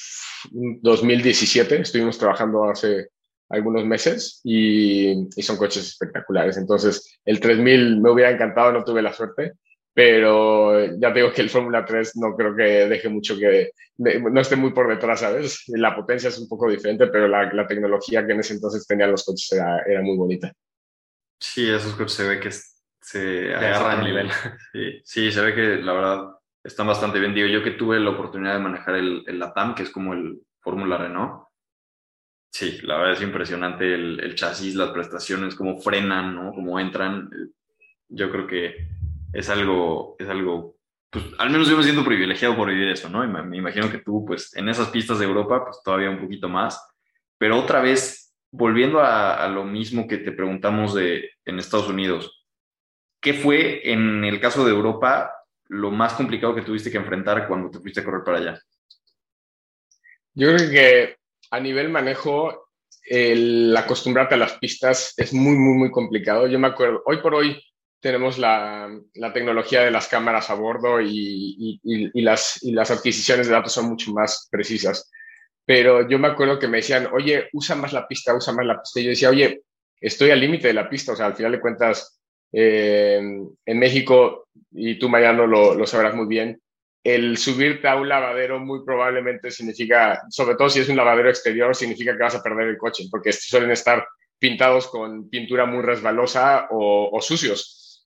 2017, estuvimos trabajando hace algunos meses y son coches espectaculares. Entonces, el 3000 me hubiera encantado, no tuve la suerte, pero ya digo que el Fórmula 3 no creo que deje mucho no esté muy por detrás, ¿sabes? La potencia es un poco diferente, pero la tecnología que en ese entonces tenían los coches era muy bonita. Sí, esos coches se ve que se agarran a nivel. Sí, se ve que la verdad están bastante bien. Digo, yo que tuve la oportunidad de manejar el LATAM, que es como el Fórmula Renault. Sí, la verdad es impresionante el chasis, las prestaciones, cómo frenan, ¿no? Cómo entran. Yo creo que es algo, pues al menos yo me siento privilegiado por vivir eso, ¿no? Y me imagino que tú, pues en esas pistas de Europa, pues todavía un poquito más. Pero otra vez, volviendo a lo mismo que te preguntamos en Estados Unidos, ¿qué fue en el caso de Europa lo más complicado que tuviste que enfrentar cuando te fuiste a correr para allá? Yo creo que a nivel manejo, el acostumbrarte a las pistas es muy, muy, muy complicado. Yo me acuerdo, hoy por hoy tenemos la tecnología de las cámaras a bordo y las adquisiciones de datos son mucho más precisas. Pero yo me acuerdo que me decían, oye, usa más la pista, usa más la pista. Y yo decía, oye, estoy al límite de la pista. O sea, al final de cuentas, en México, y tú, Mariano, lo sabrás muy bien, el subirte a un lavadero muy probablemente significa, sobre todo si es un lavadero exterior, significa que vas a perder el coche, porque suelen estar pintados con pintura muy resbalosa o sucios.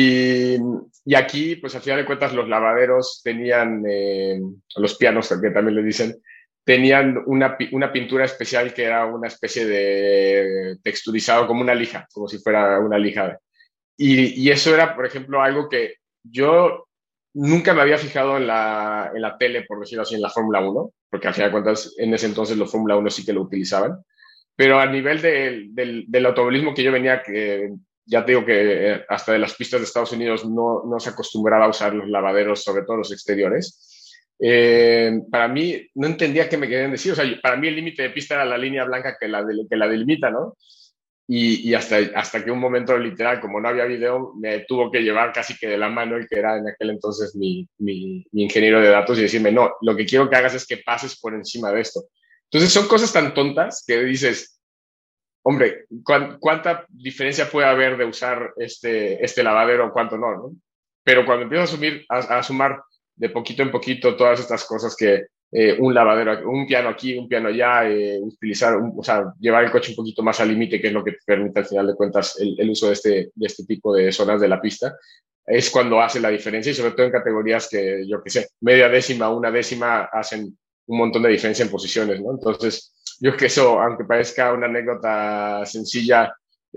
Y aquí, pues al final de cuentas, los lavaderos tenían, los pianos, que también le dicen, tenían una pintura especial que era una especie de texturizado como una lija, como si fuera una lija. Y eso era, por ejemplo, algo que yo nunca me había fijado en la tele, por decirlo así, en la Fórmula Uno, porque al final de cuentas en ese entonces los Fórmula Uno sí que lo utilizaban, pero a nivel del automovilismo que yo venía, que ya te digo que hasta de las pistas de Estados Unidos no se acostumbraba a usar los lavaderos, sobre todo los exteriores. Para mí, no entendía qué me querían decir. O sea, para mí el límite de pista era la línea blanca que la delimita, ¿no? Y hasta que un momento literal, como no había video, me tuvo que llevar casi que de la mano el que era en aquel entonces mi ingeniero de datos y decirme, no, lo que quiero que hagas es que pases por encima de esto. Entonces son cosas tan tontas que dices, hombre, ¿cuánta diferencia puede haber de usar este lavadero o cuánto no, ¿no? Pero cuando empiezas a sumar de poquito en poquito todas estas cosas que un lavadero, un piano aquí, un piano allá, o sea, llevar el coche un poquito más al límite, que es lo que te permite al final de cuentas el uso de este tipo de zonas de la pista, es cuando hace la diferencia y sobre todo en categorías que, yo qué sé, media décima, una décima hacen un montón de diferencia en posiciones, ¿no? Entonces, yo creo que eso, aunque parezca una anécdota sencilla,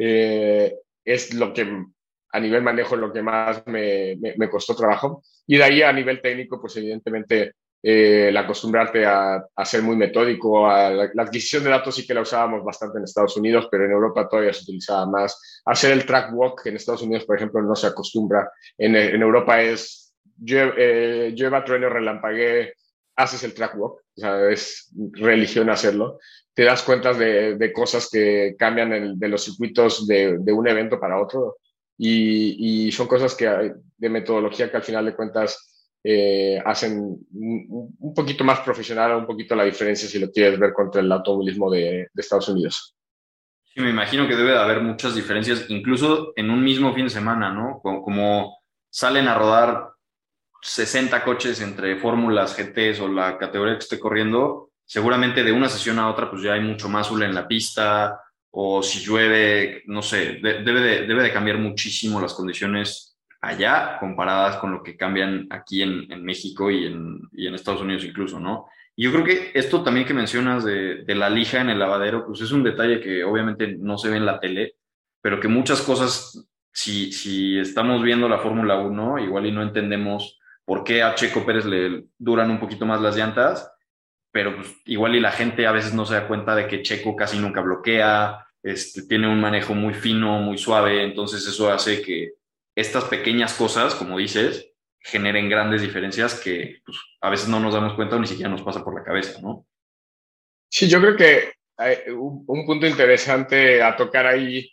es lo que a nivel manejo lo que más me costó trabajo. Y de ahí a nivel técnico, pues evidentemente el acostumbrarte a ser muy metódico, la adquisición de datos sí que la usábamos bastante en Estados Unidos, pero en Europa todavía se utilizaba más. Hacer el track walk, que en Estados Unidos, por ejemplo, no se acostumbra. En Europa es llueva, trueno, relampaguee, haces el track walk, o sea, es religión hacerlo. Te das cuenta de cosas que cambian de los circuitos de un evento para otro y son cosas de metodología que al final de cuentas hacen un poquito más profesional, un poquito la diferencia si lo quieres ver contra el automovilismo de Estados Unidos. Sí, me imagino que debe de haber muchas diferencias, incluso en un mismo fin de semana, ¿no? Como salen a rodar 60 coches entre fórmulas, GTs o la categoría que esté corriendo, seguramente de una sesión a otra pues ya hay mucho más hule en la pista o si llueve, no sé, debe de cambiar muchísimo las condiciones allá comparadas con lo que cambian aquí en México y en Estados Unidos incluso, ¿no? Y yo creo que esto también que mencionas de la lija en el lavadero, pues es un detalle que obviamente no se ve en la tele, pero que muchas cosas, si estamos viendo la Fórmula Uno igual y no entendemos por qué a Checo Pérez le duran un poquito más las llantas, pero pues, igual y la gente a veces no se da cuenta de que Checo casi nunca bloquea, tiene un manejo muy fino, muy suave, entonces eso hace que estas pequeñas cosas, como dices, generen grandes diferencias que pues, a veces no nos damos cuenta o ni siquiera nos pasa por la cabeza, ¿no? Sí, yo creo que un punto interesante a tocar ahí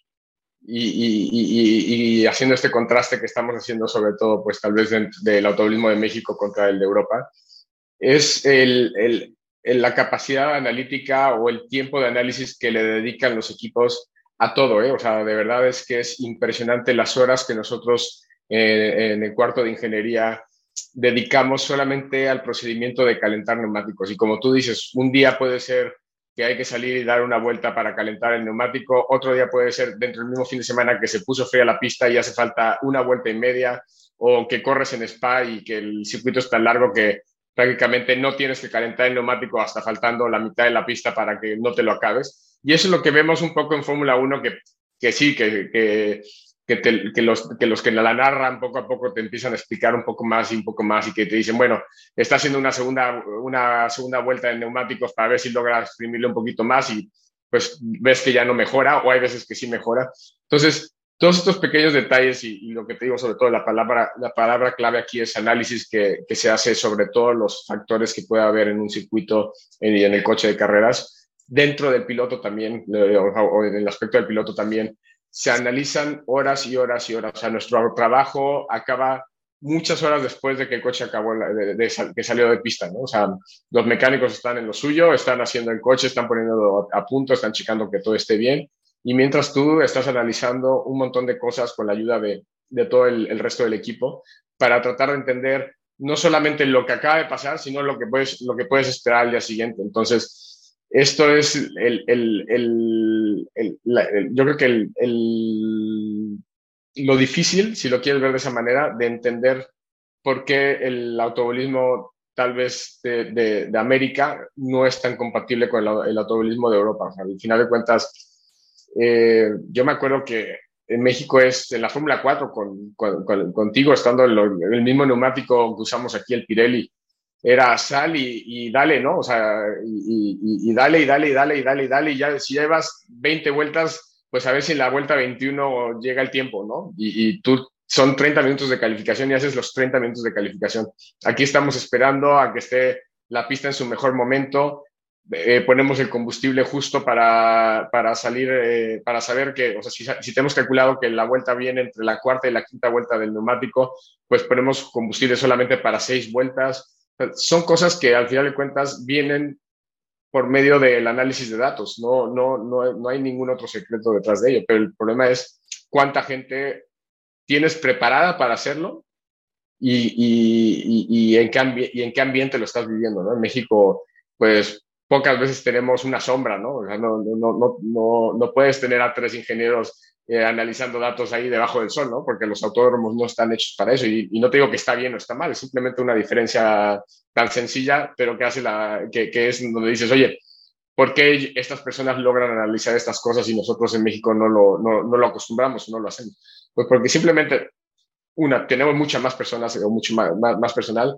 y haciendo este contraste que estamos haciendo sobre todo, pues tal vez del automovilismo de México contra el de Europa, es la capacidad analítica o el tiempo de análisis que le dedican los equipos a todo, ¿eh? O sea, de verdad es que es impresionante las horas que nosotros en el cuarto de ingeniería dedicamos solamente al procedimiento de calentar neumáticos. Y como tú dices, un día puede ser que hay que salir y dar una vuelta para calentar el neumático, otro día puede ser dentro del mismo fin de semana que se puso fría la pista y hace falta una vuelta y media, o que corres en Spa y que el circuito es tan largo que prácticamente no tienes que calentar el neumático hasta faltando la mitad de la pista para que no te lo acabes. Y eso es lo que vemos un poco en Fórmula 1, que sí, que los que la narran poco a poco te empiezan a explicar un poco más y un poco más y que te dicen, bueno, está haciendo una segunda vuelta de neumáticos para ver si logra exprimirle un poquito más y pues ves que ya no mejora, o hay veces que sí mejora. Entonces, todos estos pequeños detalles y lo que te digo, sobre todo la palabra clave aquí es análisis que se hace sobre todos los factores que puede haber en un circuito y en el coche de carreras. Dentro del piloto también, o en el aspecto del piloto también, se analizan horas y horas y horas. O sea, nuestro trabajo acaba muchas horas después de que el coche acabó, que salió de pista, ¿no? O sea, los mecánicos están en lo suyo, están haciendo el coche, están poniéndolo a punto, están checando que todo esté bien. Y mientras tú estás analizando un montón de cosas con la ayuda de todo el resto del equipo para tratar de entender no solamente lo que acaba de pasar, sino lo que puedes esperar al día siguiente. Entonces, esto es yo creo que lo difícil, si lo quieres ver de esa manera, de entender por qué el automovilismo tal vez de América no es tan compatible con el automovilismo de Europa. O sea, al final de cuentas, yo me acuerdo que en México en la Fórmula 4 contigo, estando el mismo neumático que usamos aquí, el Pirelli, era sal y dale, ¿no? O sea, y dale, y dale, y dale, y dale, y dale, y ya si llevas 20 vueltas, pues a ver si en la vuelta 21 llega el tiempo, ¿no? Y tú son 30 minutos de calificación y haces los 30 minutos de calificación. Aquí estamos esperando a que esté la pista en su mejor momento, ponemos el combustible justo para salir, para saber que, o sea, si tenemos calculado que la vuelta viene entre la cuarta y la quinta vuelta del neumático, pues ponemos combustible solamente para 6 vueltas. Son cosas que al final de cuentas vienen por medio del análisis de datos. No hay ningún otro secreto detrás de ello, pero el problema es cuánta gente tienes preparada para hacerlo y en qué ambiente lo estás viviendo, ¿no? En México, pues pocas veces tenemos una sombra, ¿no? O sea, no puedes tener a 3 ingenieros analizando datos ahí debajo del sol, ¿no? Porque los autódromos no están hechos para eso. Y no te digo que está bien o está mal, es simplemente una diferencia tan sencilla, pero que hace que es donde dices, oye, ¿por qué estas personas logran analizar estas cosas y nosotros en México no lo acostumbramos o no lo hacemos? Pues porque simplemente, tenemos muchas más personas o mucho más personal,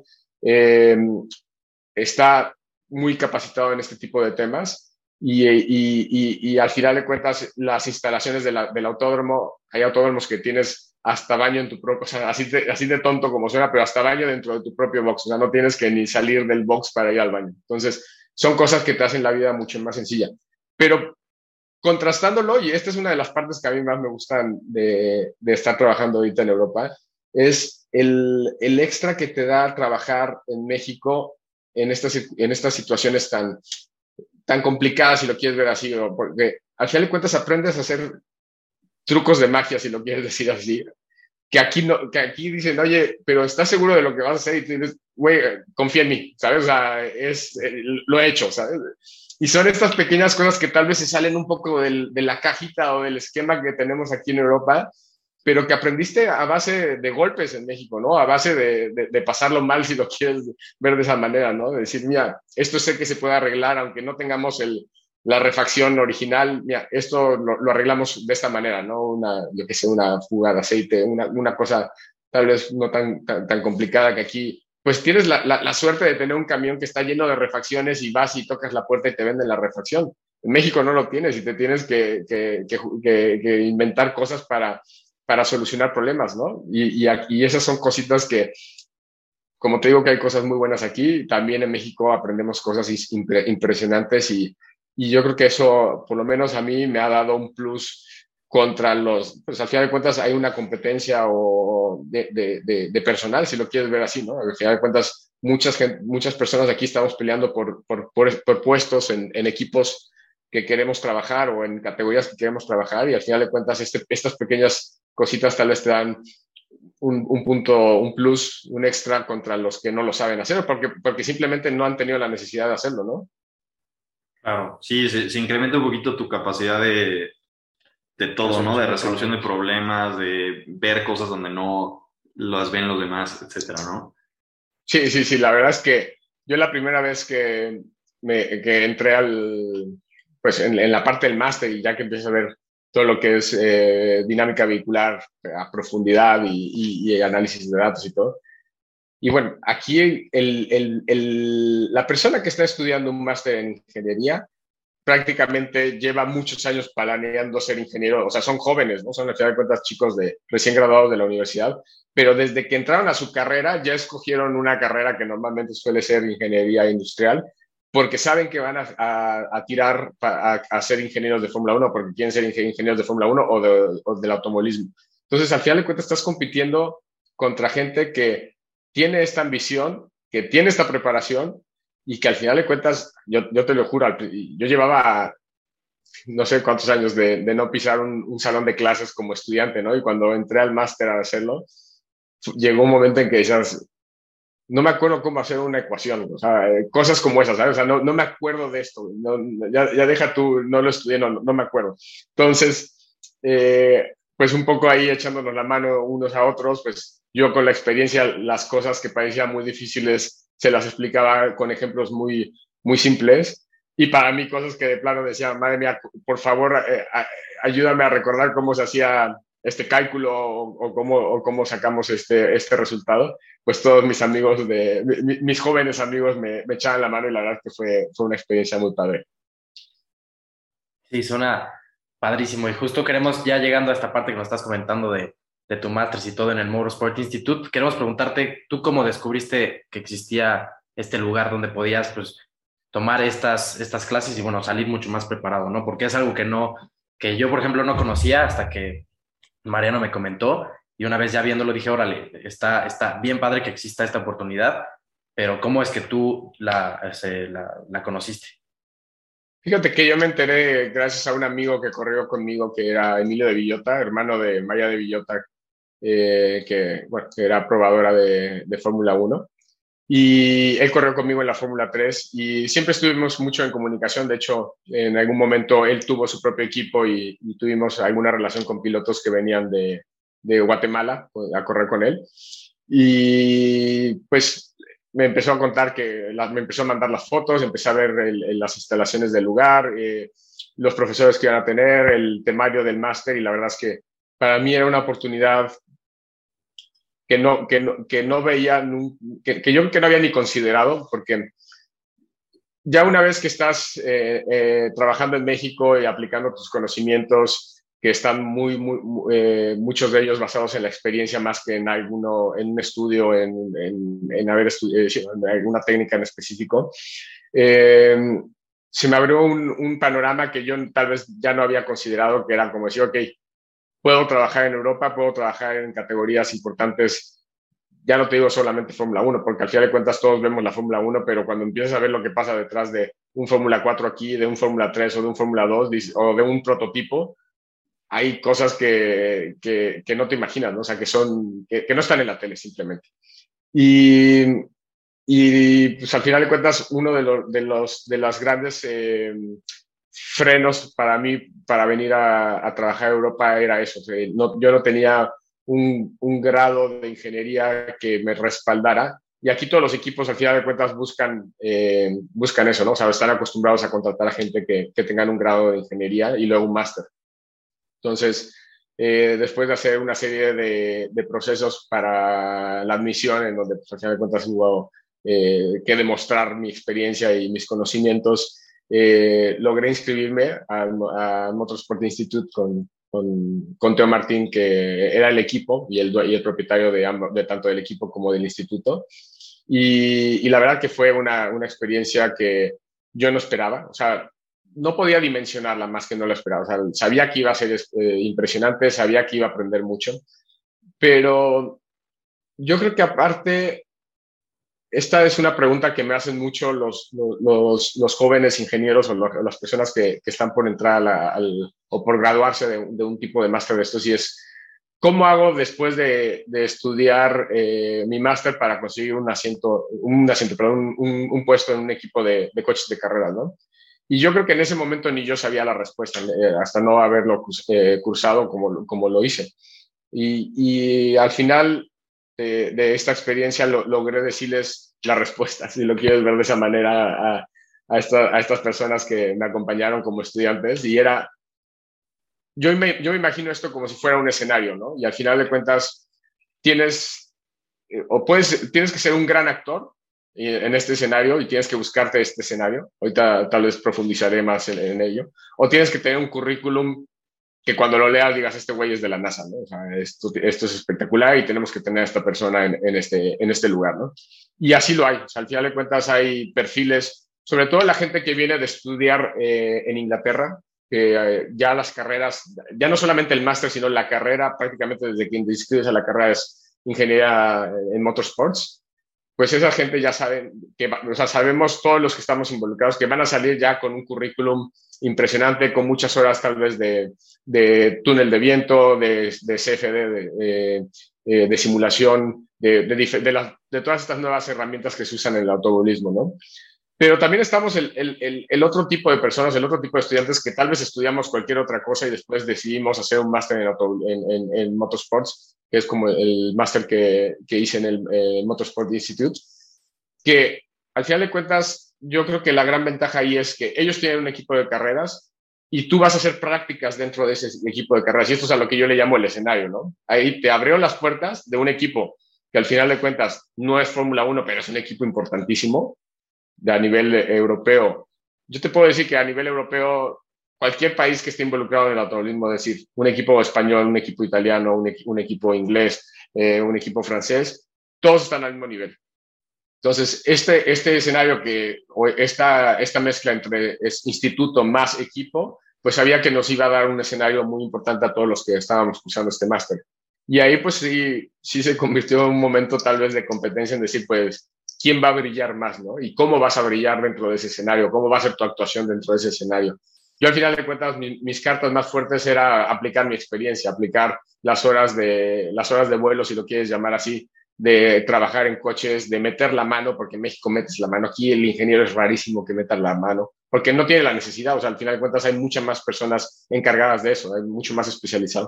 está muy capacitado en este tipo de temas y al final de cuentas las instalaciones del autódromo, hay autódromos que tienes hasta baño en tu propio, o sea, así de tonto como suena, pero hasta baño dentro de tu propio box, o sea, no tienes que ni salir del box para ir al baño. Entonces, son cosas que te hacen la vida mucho más sencilla. Pero contrastándolo, y esta es una de las partes que a mí más me gustan de estar trabajando ahorita en Europa, es el extra que te da trabajar en México en estas situaciones tan complicadas, si lo quieres ver así, porque al final de cuentas aprendes a hacer trucos de magia, si lo quieres decir así, que aquí dicen, oye, pero ¿estás seguro de lo que vas a hacer? Y tú dices, güey, confía en mí, ¿sabes? O sea, lo he hecho, ¿sabes? Y son estas pequeñas cosas que tal vez se salen un poco de la cajita o del esquema que tenemos aquí en Europa, pero que aprendiste a base de golpes en México, ¿no? A base de pasarlo mal, si lo quieres ver de esa manera, ¿no? De decir, mira, esto sé que se puede arreglar, aunque no tengamos la refacción original, mira, esto lo arreglamos de esta manera, ¿no? Yo que sé, una fuga de aceite, una cosa tal vez no tan complicada que aquí, pues tienes la suerte de tener un camión que está lleno de refacciones y vas y tocas la puerta y te venden la refacción. En México no lo tienes y te tienes que inventar cosas para solucionar problemas, ¿no? Y esas son cositas que, como te digo que hay cosas muy buenas aquí, también en México aprendemos cosas impresionantes y yo creo que eso, por lo menos a mí, me ha dado un plus contra pues al final de cuentas hay una competencia de personal, si lo quieres ver así, ¿no? Al final de cuentas muchas personas aquí estamos peleando por puestos en equipos que queremos trabajar o en categorías que queremos trabajar y al final de cuentas estas pequeñas cositas tal vez te dan un punto, un plus, un extra contra los que no lo saben hacer porque simplemente no han tenido la necesidad de hacerlo, ¿no? Claro, sí, se incrementa un poquito tu capacidad de todo, ¿no? De resolución de problemas, de ver cosas donde no las ven los demás, etcétera, ¿no? Sí, la verdad es que yo la primera vez que entré pues en la parte del máster y ya que empiezo a ver todo lo que es dinámica vehicular a profundidad y análisis de datos y todo. Y bueno, aquí la persona que está estudiando un máster en ingeniería prácticamente lleva muchos años planeando ser ingeniero, o sea, son jóvenes, ¿no? Son, al final de cuentas, chicos recién graduados de la universidad, pero desde que entraron a su carrera ya escogieron una carrera que normalmente suele ser ingeniería industrial, porque saben que van a tirar a ser ingenieros de Fórmula 1, porque quieren ser ingenieros de Fórmula 1 o del automovilismo. Entonces, al final de cuentas, estás compitiendo contra gente que tiene esta ambición, que tiene esta preparación y que al final de cuentas, yo te lo juro, yo llevaba no sé cuántos años de no pisar un salón de clases como estudiante, ¿no? Y cuando entré al máster a hacerlo, llegó un momento en que decías, no me acuerdo cómo hacer una ecuación, o sea, cosas como esas, ¿sabes? O sea, no me acuerdo de esto, ya deja tú, no lo estudié, no me acuerdo. Entonces, pues un poco ahí echándonos la mano unos a otros, pues yo con la experiencia, las cosas que parecían muy difíciles, se las explicaba con ejemplos muy simples. Y para mí cosas que de plano decía, madre mía, por favor, ayúdame a recordar cómo se hacía este cálculo o cómo sacamos este resultado. Pues todos mis amigos, mis jóvenes amigos me echaban la mano y la verdad que fue una experiencia muy padre. Sí, suena padrísimo. Y justo queremos, ya llegando a esta parte que nos estás comentando de tu máster y todo en el Motorsport Institute, queremos preguntarte, ¿tú cómo descubriste que existía este lugar donde podías, pues, tomar estas clases y, bueno, salir mucho más preparado, ¿no? Porque es algo que yo, por ejemplo, no conocía hasta que Mariano me comentó y una vez ya viéndolo dije, órale, está bien padre que exista esta oportunidad, pero ¿cómo es que tú la conociste? Fíjate que yo me enteré gracias a un amigo que corrió conmigo, que era Emilio de Villota, hermano de Maya de Villota, que era probadora de Fórmula 1. Y él corrió conmigo en la Fórmula 3 y siempre estuvimos mucho en comunicación. De hecho, en algún momento él tuvo su propio equipo y tuvimos alguna relación con pilotos que venían de Guatemala a correr con él. Y pues me empezó a contar me empezó a mandar las fotos, empecé a ver las instalaciones del lugar, los profesores que iban a tener, el temario del máster y la verdad es que para mí era una oportunidad que no veía, que yo que no había ni considerado, porque ya una vez que estás trabajando en México y aplicando tus conocimientos, que están muchos de ellos basados en la experiencia más que en un estudio, en haber estudiado en alguna técnica en específico, se me abrió un panorama que yo tal vez ya no había considerado, que era como decir, ok, puedo trabajar en Europa, puedo trabajar en categorías importantes, ya no te digo solamente Fórmula 1, porque al final de cuentas todos vemos la Fórmula 1, pero cuando empiezas a ver lo que pasa detrás de un Fórmula 4 aquí, de un Fórmula 3 o de un Fórmula 2 o de un prototipo, hay cosas que no te imaginas, ¿no? O sea, que no están en la tele simplemente. Y pues al final de cuentas, uno de los grandes frenos para mí para venir a trabajar a Europa era eso. O sea, yo no tenía un grado de ingeniería que me respaldara. Y aquí todos los equipos, al final de cuentas, buscan eso, ¿no? O sea, están acostumbrados a contratar a gente que tengan un grado de ingeniería y luego un máster. Entonces, después de hacer una serie de procesos para la admisión, en donde, pues, al final de cuentas, hubo que demostrar mi experiencia y mis conocimientos, logré inscribirme a Motorsport Institute con Teo Martín, que era el equipo y el propietario de tanto del equipo como del instituto. Y la verdad que fue una experiencia que yo no esperaba. O sea, no podía dimensionarla más que no lo esperaba. O sea, sabía que iba a ser impresionante, sabía que iba a aprender mucho, pero yo creo que aparte, esta es una pregunta que me hacen mucho los jóvenes ingenieros o las personas que están por entrar o por graduarse de un tipo de máster de estos, y es, ¿cómo hago después de estudiar mi máster para conseguir un puesto en un equipo de coches de carreras, ¿no? Y yo creo que en ese momento ni yo sabía la respuesta, hasta no haberlo cursado como lo hice. Y al final de esta experiencia logré decirles la respuesta, si lo quieres ver de esa manera, a estas personas que me acompañaron como estudiantes. Y era, yo me imagino esto como si fuera un escenario, ¿no? Y al final de cuentas tienes que ser un gran actor en este escenario y tienes que buscarte este escenario. Ahorita tal vez profundizaré más en ello. O tienes que tener un currículum que cuando lo leas digas, este güey es de la NASA, ¿no? O sea, esto es espectacular y tenemos que tener a esta persona en este lugar, ¿no? Y así lo hay. O sea, al final de cuentas hay perfiles, sobre todo la gente que viene de estudiar en Inglaterra, que ya las carreras, ya no solamente el máster, sino la carrera, prácticamente desde que te inscribes a la carrera es ingeniería en motorsports, pues esa gente ya sabe, o sea, sabemos todos los que estamos involucrados que van a salir ya con un currículum impresionante, con muchas horas tal vez de túnel de viento, de CFD, de simulación, de todas estas nuevas herramientas que se usan en el automovilismo, ¿no? Pero también estamos el otro tipo de personas, el otro tipo de estudiantes que tal vez estudiamos cualquier otra cosa y después decidimos hacer un máster en motorsports, que es como el máster que hice en el Motorsport Institute, que al final de cuentas yo creo que la gran ventaja ahí es que ellos tienen un equipo de carreras y tú vas a hacer prácticas dentro de ese equipo de carreras. Y esto es a lo que yo le llamo el escenario, ¿no? Ahí te abrieron las puertas de un equipo que al final de cuentas no es Fórmula 1, pero es un equipo importantísimo a nivel europeo. Yo te puedo decir que a nivel europeo, cualquier país que esté involucrado en el automovilismo, es decir, un equipo español, un equipo italiano, un equipo inglés, un equipo francés, todos están al mismo nivel. Entonces, este escenario o esta mezcla entre instituto más equipo, pues sabía que nos iba a dar un escenario muy importante a todos los que estábamos cursando este máster. Y ahí pues sí se convirtió en un momento tal vez de competencia en decir, pues, ¿quién va a brillar más, no? Y cómo vas a brillar dentro de ese escenario, cómo va a ser tu actuación dentro de ese escenario. Yo al final de cuentas, mis cartas más fuertes era aplicar mi experiencia, aplicar las horas de vuelo, si lo quieres llamar así, de trabajar en coches, de meter la mano, porque en México metes la mano, aquí el ingeniero es rarísimo que meta la mano, porque no tiene la necesidad, o sea, al final de cuentas hay muchas más personas encargadas de eso, hay mucho más especializado.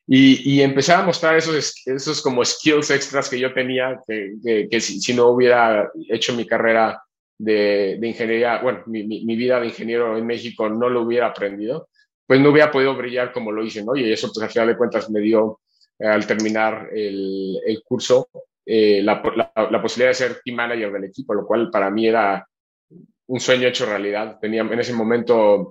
Y empecé a mostrar esos como skills extras que yo tenía, que si no hubiera hecho mi carrera de ingeniería, bueno, mi vida de ingeniero en México no lo hubiera aprendido, pues no hubiera podido brillar como lo hice, ¿no? Y eso, pues al final de cuentas me dio, al terminar el curso, la posibilidad de ser team manager del equipo, lo cual para mí era un sueño hecho realidad. Tenía en ese momento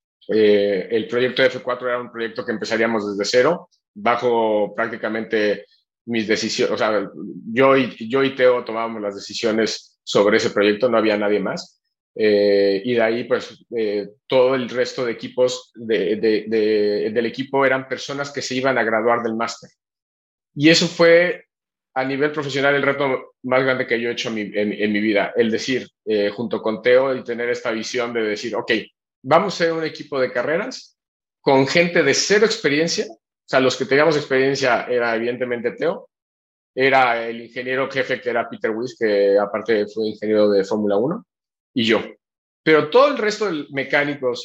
el proyecto F4 era un proyecto que empezaríamos desde cero, bajo prácticamente mis decisiones, o sea, yo y Teo tomábamos las decisiones sobre ese proyecto, no había nadie más. Y de ahí, pues, todo el resto de equipos del equipo eran personas que se iban a graduar del máster. Y eso fue, a nivel profesional, el reto más grande que yo he hecho en mi vida. El decir, junto con Teo, y tener esta visión de decir, ok, vamos a ser un equipo de carreras con gente de cero experiencia. O sea, los que teníamos experiencia era evidentemente Teo, era el ingeniero jefe que era Peter Wyss, que aparte fue ingeniero de Fórmula 1, y yo. Pero todo el resto de mecánicos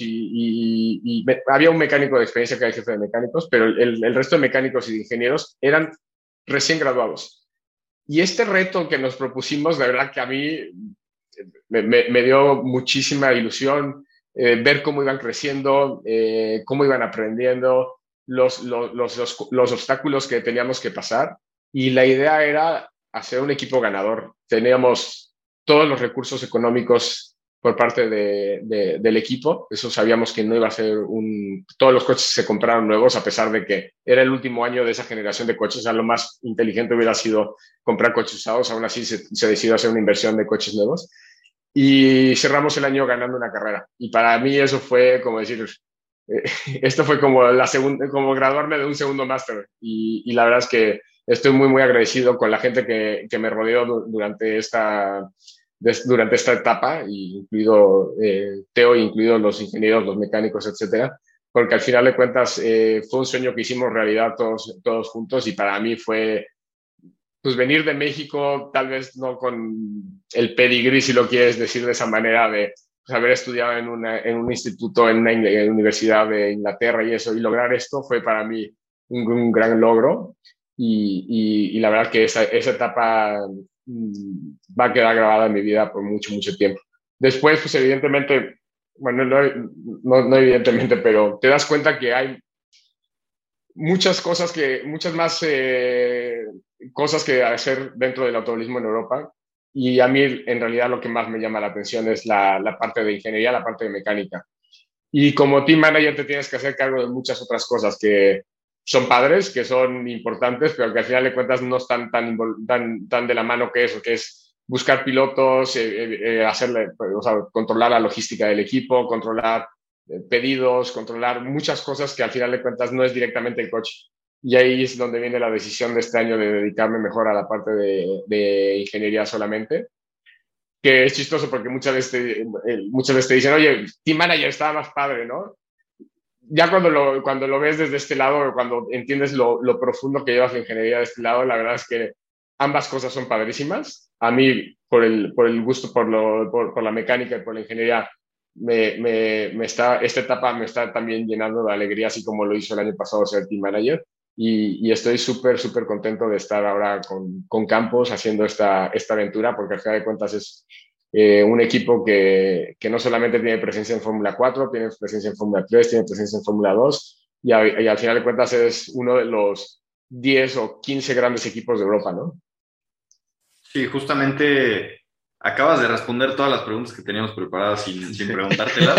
había un mecánico de experiencia que era el jefe de mecánicos, pero el resto de mecánicos y de ingenieros eran recién graduados. Y este reto que nos propusimos, de verdad que a mí me dio muchísima ilusión ver cómo iban creciendo, cómo iban aprendiendo, los obstáculos que teníamos que pasar. Y la idea era hacer un equipo ganador. Teníamos todos los recursos económicos por parte del equipo. Eso sabíamos que no iba a ser todos los coches se compraron nuevos, a pesar de que era el último año de esa generación de coches. O sea, lo más inteligente hubiera sido comprar coches usados. Aún así se decidió hacer una inversión de coches nuevos. Y cerramos el año ganando una carrera. Y para mí eso fue como decir, esto fue como como graduarme de un segundo máster. Y la verdad es que estoy muy, muy agradecido con la gente que me rodeó durante esta etapa, incluido Teo, incluidos los ingenieros, los mecánicos, etcétera, porque al final de cuentas fue un sueño que hicimos realidad todos juntos, y para mí fue pues venir de México, tal vez no con el pedigrí, si lo quieres decir de esa manera, de pues, haber estudiado en un instituto, en una universidad de Inglaterra y eso, y lograr esto fue para mí un gran logro. Y la verdad que esa etapa va a quedar grabada en mi vida por mucho, mucho tiempo. Después, pues evidentemente, bueno, no evidentemente, pero te das cuenta que hay muchas más cosas que hacer dentro del automovilismo en Europa. y a mí en realidad lo que más me llama la atención es la parte de ingeniería, la parte de mecánica. Y como team manager te tienes que hacer cargo de muchas otras cosas que son padres, que son importantes, pero que al final de cuentas no están tan de la mano que eso, que es buscar pilotos, o sea, controlar la logística del equipo, controlar pedidos, controlar muchas cosas que al final de cuentas no es directamente el coche. Y ahí es donde viene la decisión de este año de dedicarme mejor a la parte de ingeniería solamente, que es chistoso porque muchas veces te dicen, oye, team manager estaba más padre, ¿no? Ya cuando lo ves desde este lado, cuando entiendes lo profundo que llevas la ingeniería de este lado, la verdad es que ambas cosas son padrísimas. A mí, por el gusto por la mecánica y por la ingeniería, esta etapa me está también llenando de alegría, así como lo hizo el año pasado ser team manager. Y estoy súper, súper contento de estar ahora con Campos haciendo esta aventura, porque al final de cuentas es un equipo que no solamente tiene presencia en Fórmula 4, tiene presencia en Fórmula 3, tiene presencia en Fórmula 2, y al final de cuentas es uno de los 10 o 15 grandes equipos de Europa, ¿no? Sí, justamente acabas de responder todas las preguntas que teníamos preparadas sin preguntártelas.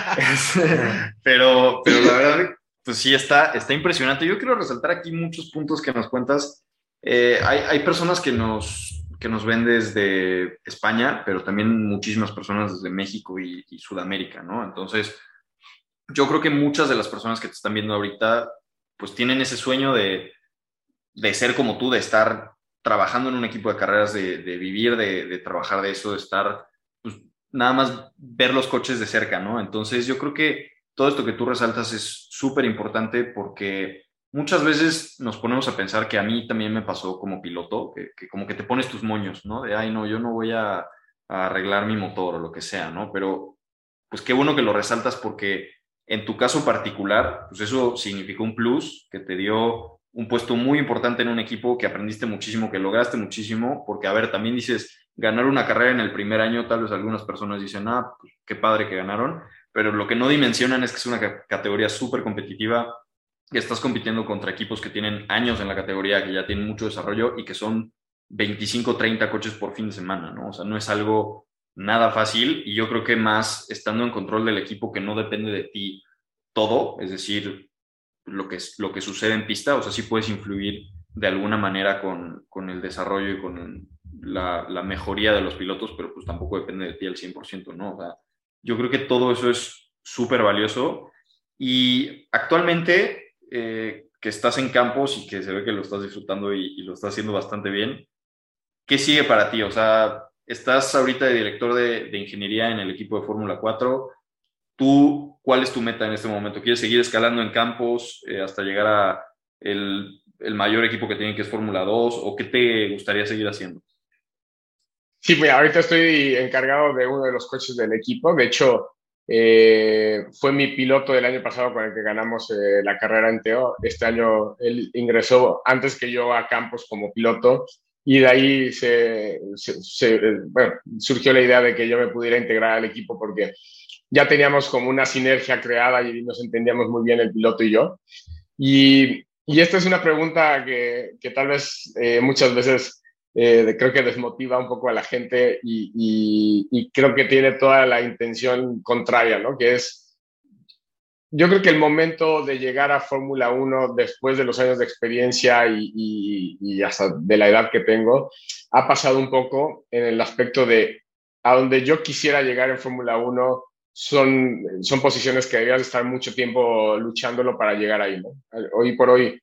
pero la verdad, pues sí, está impresionante. Yo quiero resaltar aquí muchos puntos que nos cuentas. Hay personas que nos ven desde España, pero también muchísimas personas desde México y Sudamérica, ¿no? Entonces, yo creo que muchas de las personas que te están viendo ahorita, pues tienen ese sueño de ser como tú, de estar trabajando en un equipo de carreras, de vivir, de trabajar de eso, de estar, pues nada más ver los coches de cerca, ¿no? Entonces yo creo que todo esto que tú resaltas es súper importante porque muchas veces nos ponemos a pensar, que a mí también me pasó como piloto, que como que te pones tus moños, ¿no? De, ay, no, yo no voy a arreglar mi motor o lo que sea, ¿no? Pero pues qué bueno que lo resaltas, porque en tu caso particular, pues eso significó un plus que te dio un puesto muy importante en un equipo, que aprendiste muchísimo, que lograste muchísimo, porque, a ver, también dices, ganar una carrera en el primer año, tal vez algunas personas dicen, pues, qué padre que ganaron, pero lo que no dimensionan es que es una categoría súper competitiva, que estás compitiendo contra equipos que tienen años en la categoría, que ya tienen mucho desarrollo y que son 25, 30 coches por fin de semana, ¿no? O sea, no es algo nada fácil, y yo creo que más estando en control del equipo, que no depende de ti todo, es decir, lo que sucede en pista, o sea, sí puedes influir de alguna manera con el desarrollo y con la mejoría de los pilotos, pero pues tampoco depende de ti al 100%, ¿no? O sea, yo creo que todo eso es súper valioso, y actualmente que estás en Campos y que se ve que lo estás disfrutando y lo estás haciendo bastante bien, ¿qué sigue para ti? O sea, estás ahorita de director de ingeniería en el equipo de Fórmula 4. ¿Tú, cuál es tu meta en este momento? ¿Quieres seguir escalando en Campos hasta llegar a el mayor equipo que tienen, que es Fórmula 2? ¿O qué te gustaría seguir haciendo? Sí, mira, ahorita estoy encargado de uno de los coches del equipo. De hecho, fue mi piloto del año pasado con el que ganamos la carrera en Teo. Este año él ingresó antes que yo a Campos como piloto, y de ahí bueno, surgió la idea de que yo me pudiera integrar al equipo, porque ya teníamos como una sinergia creada y nos entendíamos muy bien el piloto y yo. Y esta es una pregunta que tal vez muchas veces creo que desmotiva un poco a la gente, y creo que tiene toda la intención contraria, ¿no? Que es, yo creo que el momento de llegar a Fórmula 1 después de los años de experiencia y hasta de la edad que tengo, ha pasado un poco en el aspecto de a donde yo quisiera llegar en Fórmula 1 son posiciones que debías estar mucho tiempo luchándolo para llegar ahí, ¿no? Hoy por hoy,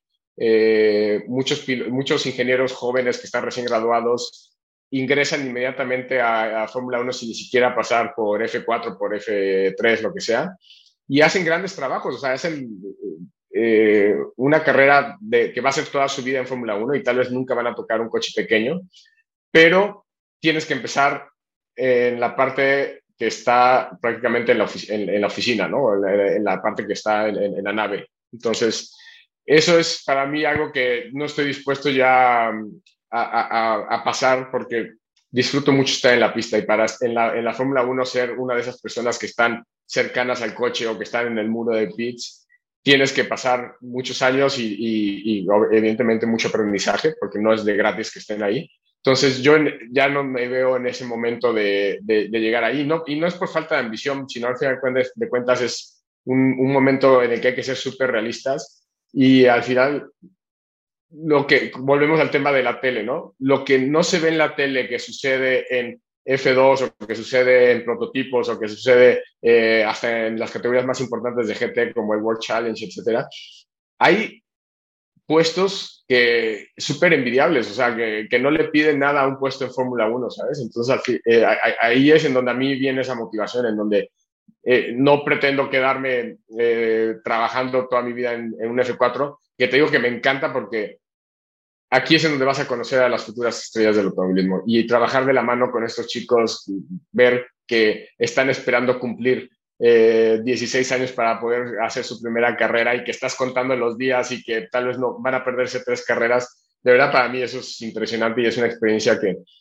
muchos ingenieros jóvenes que están recién graduados ingresan inmediatamente a Fórmula 1 sin ni siquiera pasar por F4, por F3, lo que sea, y hacen grandes trabajos, o sea, hacen una carrera que va a ser toda su vida en Fórmula 1, y tal vez nunca van a tocar un coche pequeño, pero tienes que empezar en la parte que está prácticamente en la oficina, ¿no? En la parte que está en la nave. Entonces, eso es para mí algo que no estoy dispuesto ya a pasar, porque disfruto mucho estar en la pista, y para en la Fórmula 1 ser una de esas personas que están cercanas al coche o que están en el muro de pits, tienes que pasar muchos años y evidentemente mucho aprendizaje, porque no es de gratis que estén ahí. Entonces yo ya no me veo en ese momento de llegar ahí, ¿no? Y no es por falta de ambición, sino al final de cuentas es un momento en el que hay que ser súper realistas y al final volvemos al tema de la tele, ¿no? Lo que no se ve en la tele que sucede en F2 o que sucede en prototipos o que sucede hasta en las categorías más importantes de GT como el World Challenge, etcétera, hay puestos que súper envidiables, o sea, que no le piden nada a un puesto en Fórmula 1, ¿sabes? Entonces ahí es en donde a mí viene esa motivación, en donde no pretendo quedarme trabajando toda mi vida en un F4, que te digo que me encanta porque aquí es en donde vas a conocer a las futuras estrellas del automovilismo y trabajar de la mano con estos chicos, ver que están esperando cumplir 16 años para poder hacer su primera carrera y que estás contando los días y que tal vez no van a perderse 3 carreras. De verdad, para mí eso es impresionante y es una experiencia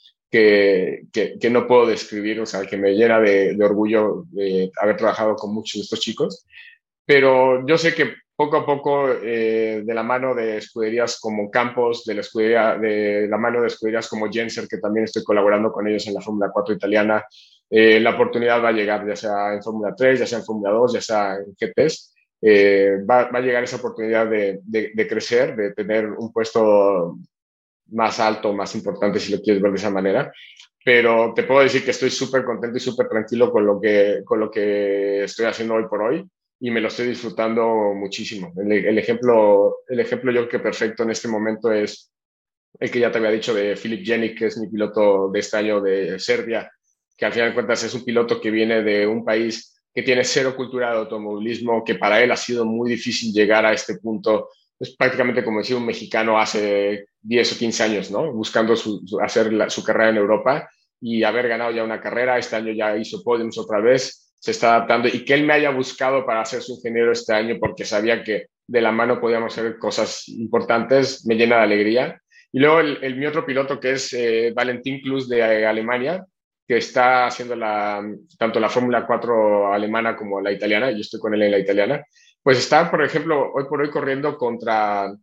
que no puedo describir, o sea, que me llena de orgullo haber trabajado con muchos de estos chicos. Pero yo sé que poco a poco, de la mano de escuderías como Campos, de la mano de escuderías como Genser, que también estoy colaborando con ellos en la Fórmula 4 italiana, la oportunidad va a llegar, ya sea en Fórmula 3, ya sea en Fórmula 2, ya sea en GTs. Va a llegar esa oportunidad de crecer, de tener un puesto más alto, más importante, si lo quieres ver de esa manera. Pero te puedo decir que estoy súper contento y súper tranquilo con lo que estoy haciendo hoy por hoy y me lo estoy disfrutando muchísimo. El ejemplo yo creo que perfecto en este momento es el que ya te había dicho de Filip Jenic, que es mi piloto de este año de Serbia, que al final de cuentas es un piloto que viene de un país que tiene cero cultura de automovilismo, que para él ha sido muy difícil llegar a este punto. Es prácticamente como decir un mexicano hace 10 o 15 años, ¿no? Buscando hacer su carrera en Europa y haber ganado ya una carrera. Este año ya hizo podiums otra vez, se está adaptando y que él me haya buscado para ser su ingeniero este año porque sabía que de la mano podíamos hacer cosas importantes, me llena de alegría. Y luego mi otro piloto que es Valentin Klus de Alemania, que está haciendo tanto la Fórmula 4 alemana como la italiana, yo estoy con él en la italiana, pues está, por ejemplo, hoy por hoy corriendo contra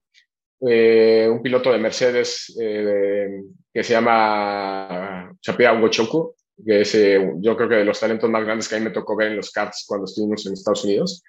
un piloto de Mercedes que se llama Chapia Ugochoku, que es yo creo que de los talentos más grandes que a mí me tocó ver en los karts cuando estuvimos en Estados Unidos.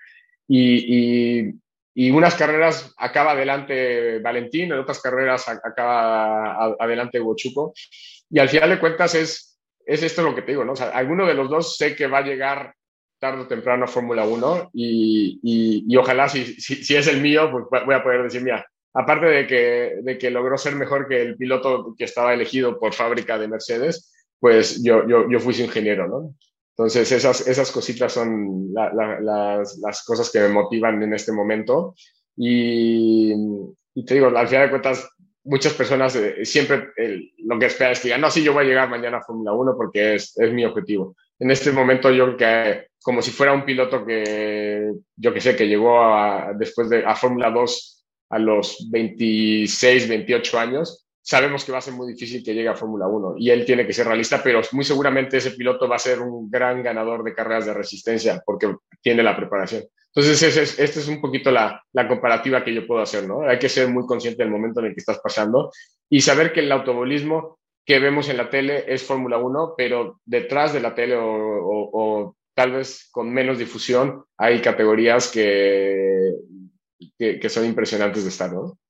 Y unas carreras acaba adelante Valentín, en otras carreras acaba adelante Ugochuco. Y al final de cuentas es esto lo que te digo, ¿no? O sea, alguno de los dos sé que va a llegar tarde o temprano a Fórmula 1 y ojalá si es el mío, pues voy a poder decir, mira, aparte de que logró ser mejor que el piloto que estaba elegido por fábrica de Mercedes, pues yo fui su ingeniero, ¿no? Entonces esas cositas son las cosas que me motivan en este momento y te digo, al final de cuentas, muchas personas siempre lo que esperan es que digan, no, sí, yo voy a llegar mañana a Fórmula 1 porque es mi objetivo. En este momento yo creo que como si fuera un piloto que yo que sé, que llegó después a Fórmula 2 a los 26, 28 años, sabemos que va a ser muy difícil que llegue a Fórmula 1 y él tiene que ser realista, pero muy seguramente ese piloto va a ser un gran ganador de carreras de resistencia porque tiene la preparación. Entonces, esta es un poquito la comparativa que yo puedo hacer, ¿no? Hay que ser muy consciente del momento en el que estás pasando y saber que el automovilismo que vemos en la tele es Fórmula 1, pero detrás de la tele o tal vez con menos difusión hay categorías que son impresionantes de estar, ¿no?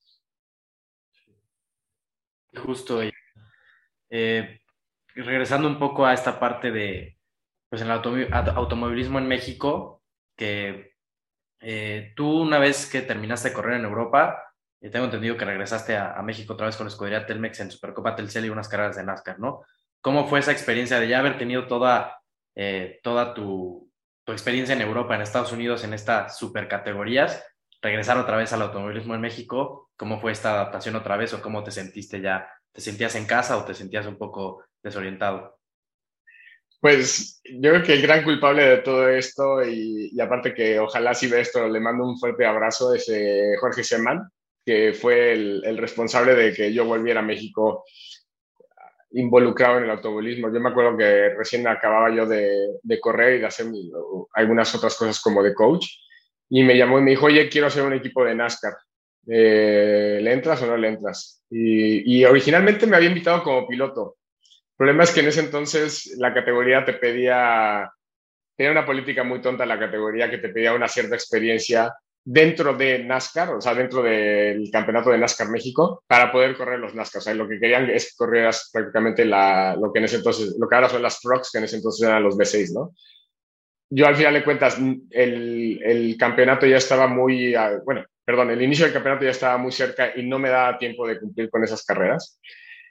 Justo. Regresando un poco a esta parte de, pues, el automovilismo en México, que tú una vez que terminaste de correr en Europa, tengo entendido que regresaste a México otra vez con la escudería Telmex en Supercopa Telcel y unas carreras de NASCAR, ¿no? ¿Cómo fue esa experiencia de ya haber tenido toda tu experiencia en Europa, en Estados Unidos, en estas supercategorías, regresar otra vez al automovilismo en México? ¿Cómo fue esta adaptación otra vez o cómo te sentiste ya? ¿Te sentías en casa o te sentías un poco desorientado? Pues yo creo que el gran culpable de todo esto, y aparte que ojalá si ve esto, le mando un fuerte abrazo, es Jorge Seman, que fue el responsable de que yo volviera a México involucrado en el automovilismo. Yo me acuerdo que recién acababa yo de correr y de hacer algunas otras cosas como de coach, y me llamó y me dijo, oye, quiero hacer un equipo de NASCAR. ¿le entras o no le entras? Y originalmente me había invitado como piloto. El problema es que en ese entonces la categoría tenía una política muy tonta la categoría que te pedía una cierta experiencia dentro de NASCAR, o sea, dentro del campeonato de NASCAR México, para poder correr los NASCAR. O sea, lo que querían es que corrieras prácticamente lo que en ese entonces, lo que ahora son las trucks, que en ese entonces eran los V6, ¿no? Yo al final de cuentas, el campeonato ya estaba muy, bueno, perdón, el inicio del campeonato ya estaba muy cerca y no me daba tiempo de cumplir con esas carreras.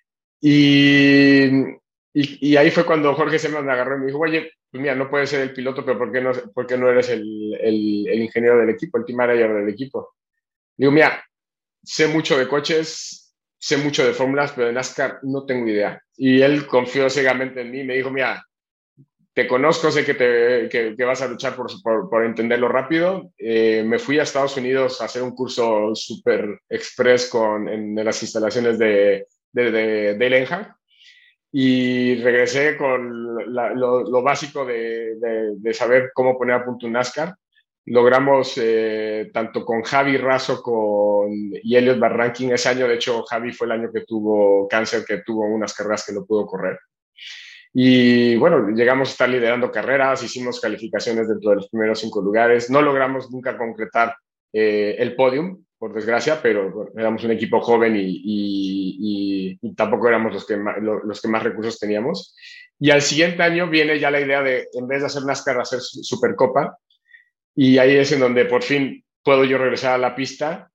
Y, y ahí fue cuando Jorge Semas me agarró y me dijo, oye, pues mira, no puedes ser el piloto, pero por qué no eres el ingeniero del equipo, el team manager del equipo? Digo, mira, sé mucho de coches, sé mucho de fórmulas, pero de NASCAR no tengo idea. Y él confió ciegamente en mí y me dijo, mira, te conozco, sé que vas a luchar por entenderlo rápido. Me fui a Estados Unidos a hacer un curso super express en las instalaciones de Dale Earnhardt y regresé con lo básico de saber cómo poner a punto un NASCAR. Logramos, tanto con Javi Razo y Elliot Barranquín ese año, de hecho Javi fue el año que tuvo cáncer, que tuvo unas carreras que no pudo correr. Y bueno, llegamos a estar liderando carreras, hicimos calificaciones dentro de los primeros 5 lugares, no logramos nunca concretar el podium, por desgracia, pero bueno, éramos un equipo joven y tampoco éramos los que más recursos teníamos. Y al siguiente año viene ya la idea de, en vez de hacer NASCAR, hacer Supercopa, y ahí es en donde por fin puedo yo regresar a la pista.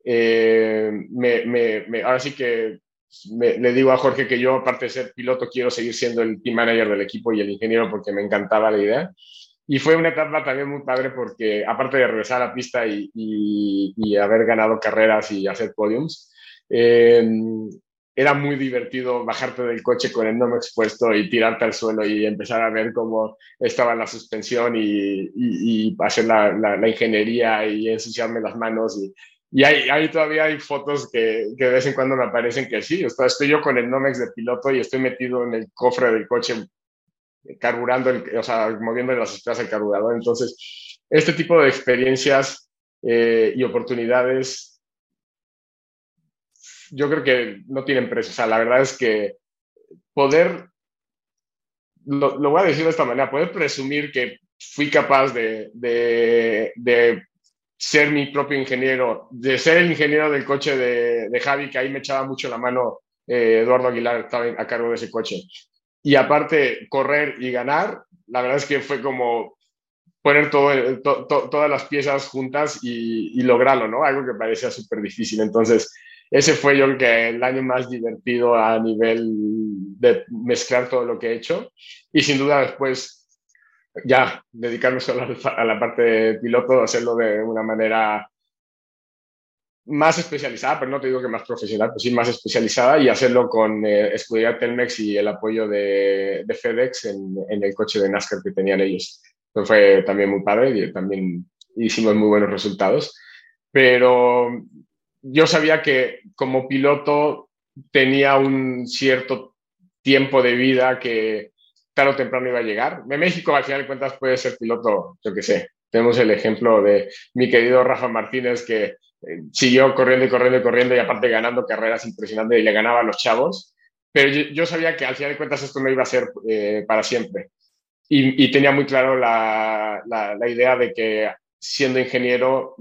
Ahora sí que le digo a Jorge que yo, aparte de ser piloto, quiero seguir siendo el team manager del equipo y el ingeniero porque me encantaba la idea. Y fue una etapa también muy padre porque, aparte de regresar a la pista y haber ganado carreras y hacer podiums, era muy divertido bajarte del coche con el gnomo expuesto y tirarte al suelo y empezar a ver cómo estaba la suspensión y hacer la ingeniería y ensuciarme las manos. Y ahí todavía hay fotos que de vez en cuando me aparecen que sí, estoy yo con el Nomex de piloto y estoy metido en el cofre del coche carburando, o sea, moviendo las esferas al carburador. Entonces, este tipo de experiencias y oportunidades, yo creo que no tienen precio. O sea, la verdad es que poder, lo voy a decir de esta manera, poder presumir que fui capaz de ser mi propio ingeniero, de ser el ingeniero del coche de Javi, que ahí me echaba mucho la mano Eduardo Aguilar, estaba a cargo de ese coche. Y aparte, correr y ganar, la verdad es que fue como poner todas las piezas juntas y lograrlo, ¿no? Algo que parecía súper difícil. Entonces, ese fue yo creo que el año más divertido a nivel de mezclar todo lo que he hecho. Y sin duda después ya dedicarme solo a la parte de piloto, hacerlo de una manera más especializada, pero no te digo que más profesional, pues sí más especializada y hacerlo con Escudería Telmex y el apoyo de FedEx en el coche de NASCAR que tenían ellos. Entonces fue también muy padre y también hicimos muy buenos resultados. Pero yo sabía que como piloto tenía un cierto tiempo de vida que tarde o temprano iba a llegar. En México, al final de cuentas, puede ser piloto, yo qué sé. Tenemos el ejemplo de mi querido Rafa Martínez, que siguió corriendo y corriendo y corriendo y aparte ganando carreras impresionantes y le ganaba a los chavos. Pero yo sabía que al final de cuentas esto no iba a ser para siempre. Y tenía muy claro la idea de que siendo ingeniero,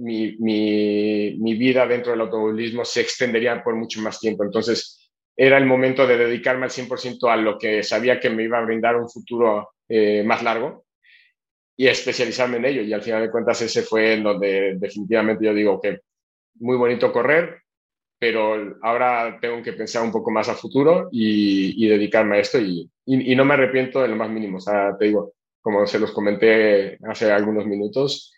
mi vida dentro del automovilismo se extendería por mucho más tiempo. Entonces, era el momento de dedicarme al 100% a lo que sabía que me iba a brindar un futuro más largo y especializarme en ello. Y al final de cuentas, ese fue en donde definitivamente yo digo que muy bonito correr, pero ahora tengo que pensar un poco más a futuro y dedicarme a esto y no me arrepiento de lo más mínimo. O sea, te digo, como se los comenté hace algunos minutos,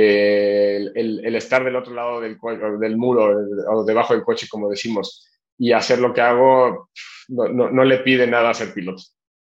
el estar del otro lado del muro o debajo del coche, como decimos, y hacer lo que hago, no le pide nada a ser piloto.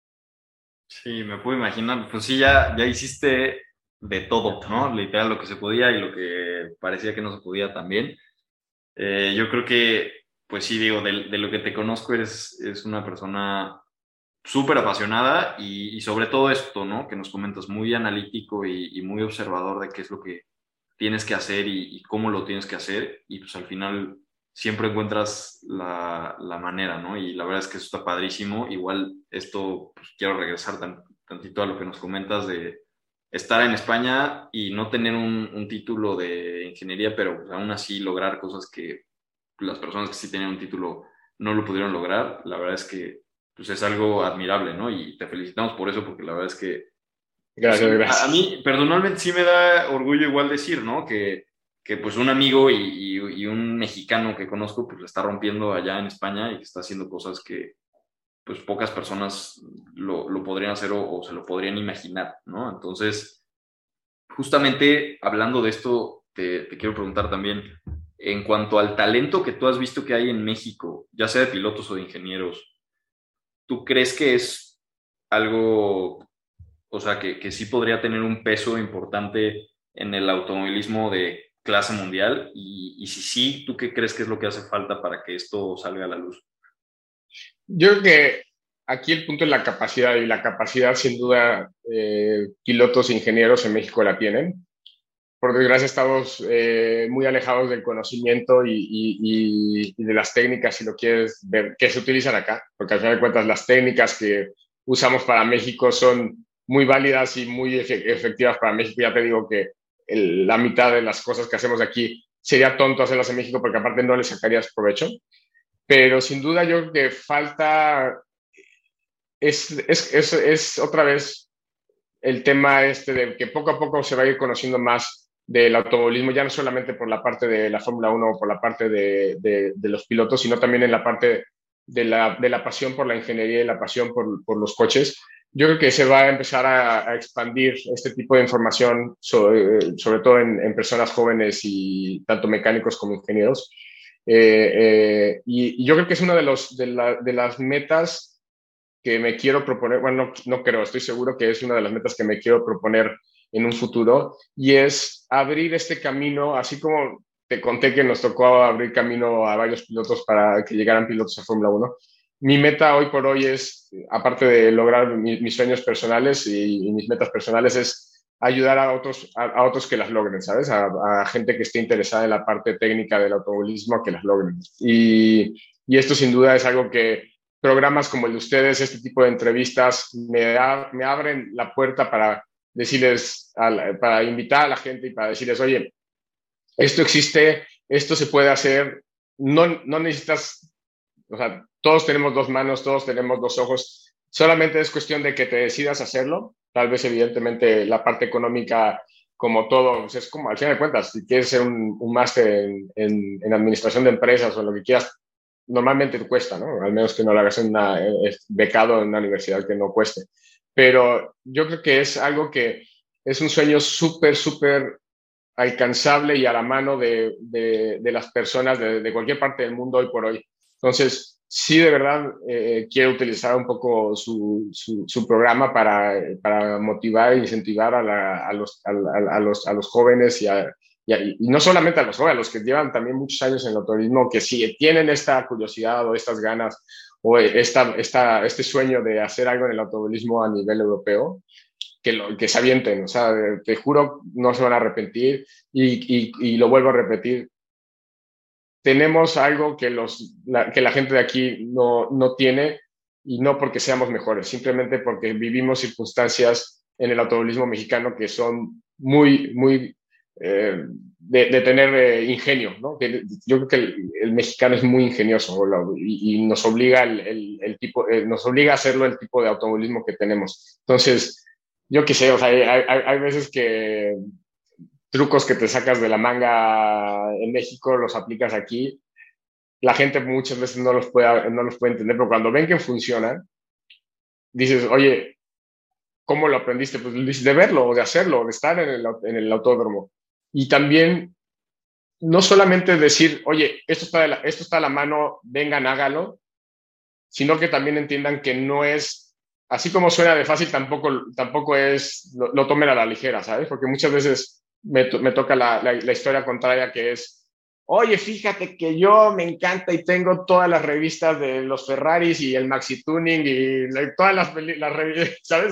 Sí, me puedo imaginar. Pues sí, ya hiciste de todo, ¿no? Literal, lo que se podía y lo que parecía que no se podía también. Yo creo que, pues sí, digo, de lo que te conozco, eres una persona súper apasionada y sobre todo esto, ¿no? Que nos comentas, muy analítico y muy observador de qué es lo que tienes que hacer y cómo lo tienes que hacer, y pues al final siempre encuentras la manera, ¿no? Y la verdad es que eso está padrísimo. Igual esto, pues quiero regresar tantito a lo que nos comentas de estar en España y no tener un título de ingeniería, pero pues, aún así lograr cosas que las personas que sí tenían un título no lo pudieron lograr. La verdad es que pues es algo admirable, ¿no? Y te felicitamos por eso, porque la verdad es que pues, Gracias, a gracias. mí personalmente sí me da orgullo igual decir, ¿no? Que pues un amigo y un mexicano que conozco pues la está rompiendo allá en España y que está haciendo cosas que pues pocas personas lo podrían hacer o se lo podrían imaginar, ¿no? Entonces, justamente hablando de esto, te quiero preguntar también, en cuanto al talento que tú has visto que hay en México, ya sea de pilotos o de ingenieros, ¿tú crees que es algo, o sea, que sí podría tener un peso importante en el automovilismo de clase mundial? Y si sí, ¿tú qué crees que es lo que hace falta para que esto salga a la luz? Yo creo que aquí el punto es la capacidad, y la capacidad sin duda pilotos e ingenieros en México la tienen. Por desgracia estamos muy alejados del conocimiento y de las técnicas, si lo quieres ver, que se utilizan acá, porque al final de cuentas las técnicas que usamos para México son muy válidas y muy efectivas para México. Ya te digo que la mitad de las cosas que hacemos aquí sería tonto hacerlas en México porque aparte no le sacarías provecho. Pero sin duda yo creo que falta, es otra vez el tema este de que poco a poco se va a ir conociendo más del automovilismo, ya no solamente por la parte de la Fórmula 1 o por la parte de los pilotos, sino también en la parte de la pasión por la ingeniería y la pasión por los coches. Yo creo que se va a empezar a expandir este tipo de información, sobre todo en personas jóvenes y tanto mecánicos como ingenieros. Y yo creo que es una de las metas que me quiero proponer, bueno, no creo, estoy seguro que es una de las metas que me quiero proponer en un futuro, y es abrir este camino, así como te conté que nos tocó abrir camino a varios pilotos para que llegaran pilotos a Fórmula 1. Mi meta hoy por hoy es, aparte de lograr mis sueños personales y mis metas personales, es ayudar a otros que las logren, ¿sabes? A gente que esté interesada en la parte técnica del automovilismo a que las logren. Y esto sin duda es algo que programas como el de ustedes, este tipo de entrevistas, me abren la puerta para decirles, para invitar a la gente y para decirles, oye, esto existe, esto se puede hacer, no necesitas, o sea, todos tenemos dos manos, todos tenemos dos ojos, solamente es cuestión de que te decidas hacerlo. Tal vez, evidentemente, la parte económica, como todo, pues es como, al final de cuentas, si quieres hacer un máster en administración de empresas o en lo que quieras, normalmente te cuesta, ¿no? Al menos que no lo hagas becado en una universidad que no cueste. Pero yo creo que es algo que es un sueño súper, súper alcanzable y a la mano de las personas de cualquier parte del mundo hoy por hoy. Entonces, sí, de verdad, quiero utilizar un poco su programa para motivar e incentivar a los jóvenes y no solamente a los jóvenes, a los que llevan también muchos años en el automovilismo, que si tienen esta curiosidad o estas ganas o este sueño de hacer algo en el automovilismo a nivel europeo, que se avienten, o sea, te juro, no se van a arrepentir y lo vuelvo a repetir. Tenemos algo que la gente de aquí no tiene, y no porque seamos mejores, simplemente porque vivimos circunstancias en el automovilismo mexicano que son muy, muy de tener ingenio, ¿no? Yo creo que el mexicano es muy ingenioso y nos obliga nos obliga a hacerlo el tipo de automovilismo que tenemos. Entonces, yo qué sé, o sea, hay veces que trucos que te sacas de la manga en México los aplicas aquí. La gente muchas veces no los puede entender, pero cuando ven que funcionan, dices, oye, ¿cómo lo aprendiste? Pues dices, de verlo, de hacerlo, de estar en el autódromo. Y también, no solamente decir, oye, esto está a la mano, vengan, hágalo, sino que también entiendan que no es, así como suena de fácil, tampoco es, lo tomen a la ligera, ¿sabes? Porque muchas veces me toca la historia contraria, que es, oye, fíjate que yo me encanta y tengo todas las revistas de los Ferraris y el Maxi Tuning y todas las revistas, ¿sabes?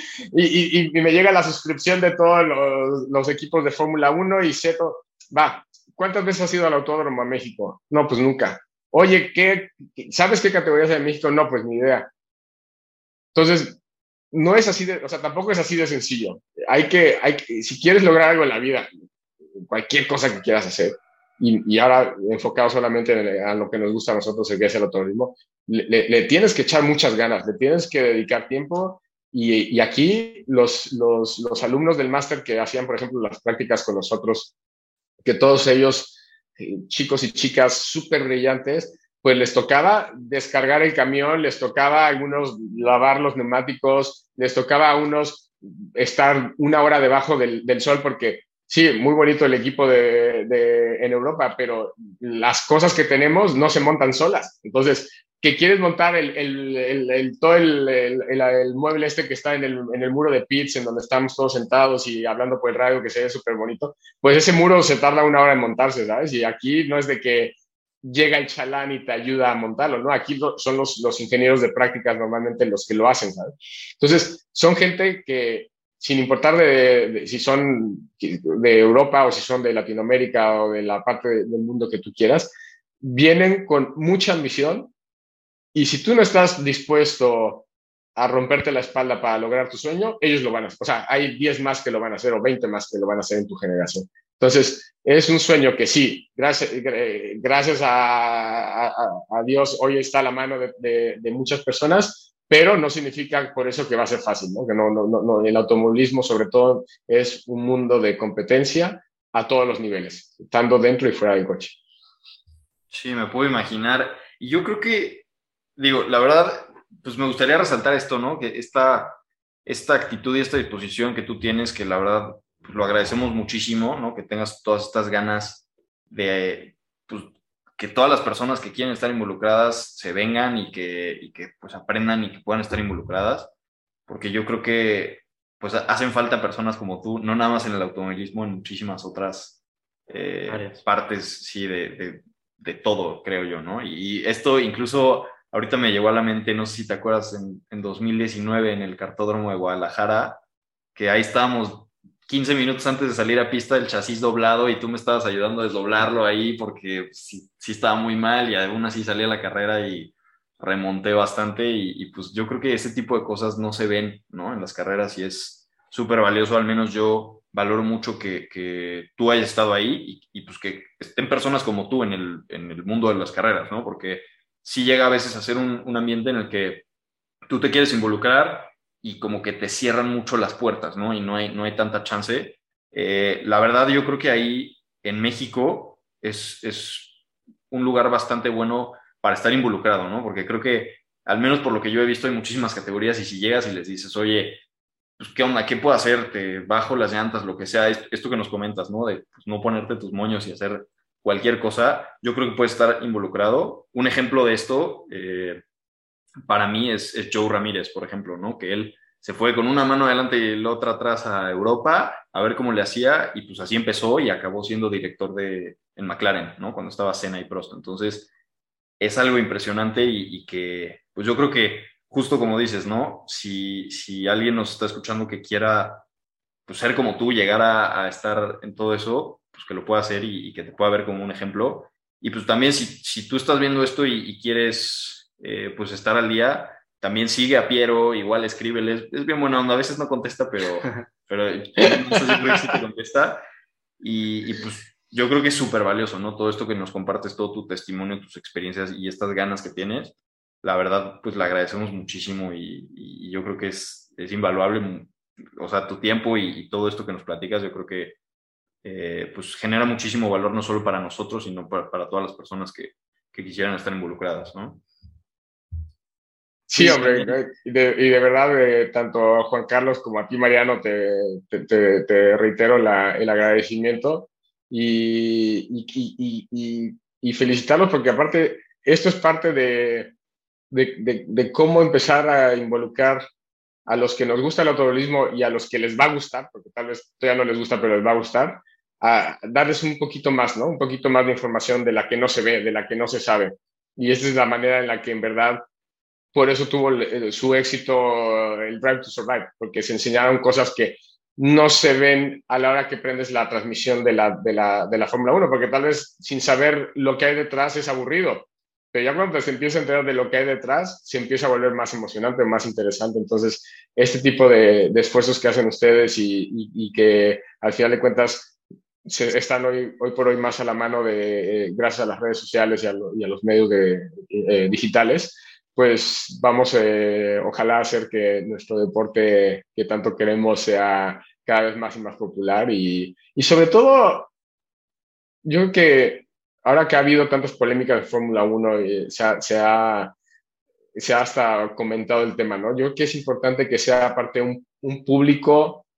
Y me llega la suscripción de todos los equipos de Fórmula 1 y sé todo. Va, ¿cuántas veces has ido al Autódromo a México? No, pues nunca. Oye, ¿sabes qué categorías hay en México? No, pues ni idea. Entonces, no es así o sea, tampoco es así de sencillo. Si quieres lograr algo en la vida, cualquier cosa que quieras hacer, y ahora enfocado solamente a lo que nos gusta a nosotros, que es el automovilismo, le tienes que echar muchas ganas, le tienes que dedicar tiempo, y aquí los alumnos del máster que hacían, por ejemplo, las prácticas con nosotros, que todos ellos, chicos y chicas súper brillantes, pues les tocaba descargar el camión, les tocaba a algunos lavar los neumáticos, les tocaba a unos estar una hora debajo del sol, porque sí, muy bonito el equipo en Europa, pero las cosas que tenemos no se montan solas. Entonces, que quieres montar todo el mueble este que está en el muro de pits, en donde estamos todos sentados y hablando por el radio, que se ve súper bonito, pues ese muro se tarda una hora en montarse, ¿sabes? Y aquí no es de que llega el chalán y te ayuda a montarlo, ¿no? Aquí son los ingenieros de prácticas normalmente los que lo hacen, ¿sabes? Entonces, son gente que, sin importar si son de Europa o si son de Latinoamérica o de la parte del mundo que tú quieras, vienen con mucha ambición, y si tú no estás dispuesto a romperte la espalda para lograr tu sueño, ellos lo van a hacer. O sea, hay 10 más que lo van a hacer o 20 más que lo van a hacer en tu generación. Entonces, es un sueño que sí, gracias a Dios, hoy está a la mano de muchas personas, pero no significa por eso que va a ser fácil, ¿no? Que no, el automovilismo, sobre todo, es un mundo de competencia a todos los niveles, estando dentro y fuera del coche. Sí, me puedo imaginar. Y yo creo que, digo, la verdad, pues me gustaría resaltar esto, ¿no? Que esta actitud y esta disposición que tú tienes, que la verdad pues, lo agradecemos muchísimo, ¿no? Que tengas todas estas ganas de, pues, que todas las personas que quieren estar involucradas se vengan y que pues aprendan y que puedan estar involucradas, porque yo creo que pues hacen falta personas como tú, no nada más en el automovilismo, en muchísimas otras partes, sí, de todo, creo yo, ¿no? Y esto incluso ahorita me llegó a la mente, no sé si te acuerdas, en 2019 en el Kartódromo de Guadalajara, que ahí estábamos 15 minutos antes de salir a pista el chasis doblado y tú me estabas ayudando a desdoblarlo ahí porque sí, sí estaba muy mal, y aún así salí a la carrera y remonté bastante, y pues yo creo que ese tipo de cosas no se ven, ¿no? En las carreras, y es súper valioso. Al menos yo valoro mucho que tú hayas estado ahí y pues que estén personas como tú en el mundo de las carreras, ¿no? Porque sí llega a veces a ser un ambiente en el que tú te quieres involucrar y como que te cierran mucho las puertas, ¿no? Y no hay tanta chance. La verdad, yo creo que ahí en México es un lugar bastante bueno para estar involucrado, ¿no? Porque creo que, al menos por lo que yo he visto, hay muchísimas categorías, y si llegas y les dices, oye, pues, ¿qué onda? ¿Qué puedo hacer? Te bajo las llantas, lo que sea, esto que nos comentas, ¿no? De pues, no ponerte tus moños y hacer cualquier cosa, yo creo que puedes estar involucrado. Un ejemplo de esto, para mí, es Joe Ramírez, por ejemplo, ¿no? Que él se fue con una mano adelante y la otra atrás a Europa a ver cómo le hacía, y pues así empezó y acabó siendo director en McLaren, ¿no? Cuando estaba Senna y Prost. Entonces, es algo impresionante, y que, pues yo creo que, justo como dices, ¿no? Si alguien nos está escuchando que quiera pues, ser como tú, llegar a estar en todo eso, pues que lo pueda hacer y que te pueda ver como un ejemplo. Y pues también si tú estás viendo esto y quieres pues estar al día, también sigue a Piero, igual escríbele, es bien buena onda, a veces no contesta, pero yo creo que sí te contesta. Y pues yo creo que es súper valioso, ¿no? Todo esto que nos compartes, todo tu testimonio, tus experiencias y estas ganas que tienes, la verdad, pues le agradecemos muchísimo, y yo creo que es invaluable. O sea, tu tiempo y todo esto que nos platicas, yo creo que pues genera muchísimo valor, no solo para nosotros, sino para todas las personas que quisieran estar involucradas, ¿no? Sí, hombre, y de verdad, tanto a Juan Carlos como a ti, Mariano, te reitero el agradecimiento, y felicitarlos, porque aparte, esto es parte de cómo empezar a involucrar a los que nos gusta el automovilismo y a los que les va a gustar, porque tal vez todavía no les gusta, pero les va a gustar, a darles un poquito más, ¿no? Un poquito más de información de la que no se ve, de la que no se sabe. Y esa es la manera en la que en verdad, por eso tuvo su éxito el Drive to Survive, porque se enseñaron cosas que no se ven a la hora que prendes la transmisión de la Fórmula 1, porque tal vez sin saber lo que hay detrás es aburrido, pero ya cuando se empieza a enterar de lo que hay detrás, se empieza a volver más emocionante, más interesante. Entonces, este tipo de esfuerzos que hacen ustedes y que al final de cuentas están hoy por hoy más a la mano gracias a las redes sociales y a los medios digitales, pues vamos, ojalá hacer que nuestro deporte que tanto queremos sea cada vez más y más popular y sobre todo, yo creo que ahora que ha habido tantas polémicas de Fórmula 1, se ha hasta comentado el tema, ¿no? Yo creo que es importante que sea aparte un público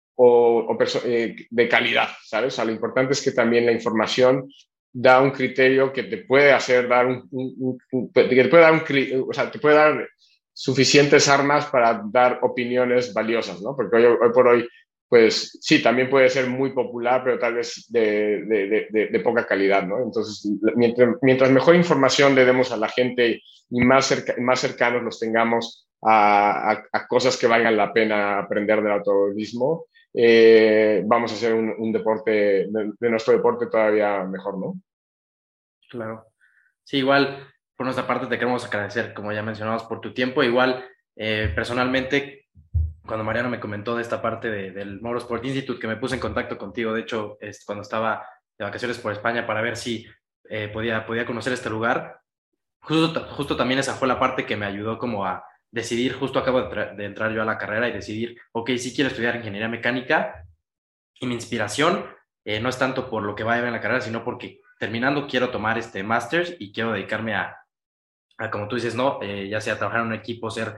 de calidad, ¿sabes? O sea, lo importante es que también la información da un criterio que te puede hacer dar que te puede dar o sea, te puede dar suficientes armas para dar opiniones valiosas, ¿no? Porque hoy por hoy, pues sí, también puede ser muy popular, pero tal vez de poca calidad, ¿no? Entonces, mientras mejor información le demos a la gente y más cercanos los tengamos a cosas que valgan la pena aprender del automovilismo, vamos a hacer un deporte, de nuestro deporte todavía mejor, ¿no? Claro. Sí, igual, por nuestra parte te queremos agradecer, como ya mencionamos, por tu tiempo. Igual, personalmente, cuando Mariano me comentó de esta parte del Motorsport Institute, que me puse en contacto contigo, de hecho, cuando estaba de vacaciones por España para ver si podía conocer este lugar, justo también esa fue la parte que me ayudó como a decidir, justo acabo de entrar yo a la carrera y decidir, ok, sí quiero estudiar ingeniería mecánica y mi inspiración no es tanto por lo que vaya a ver en la carrera, sino porque terminando quiero tomar este máster y quiero dedicarme como tú dices, ¿no? Ya sea trabajar en un equipo, ser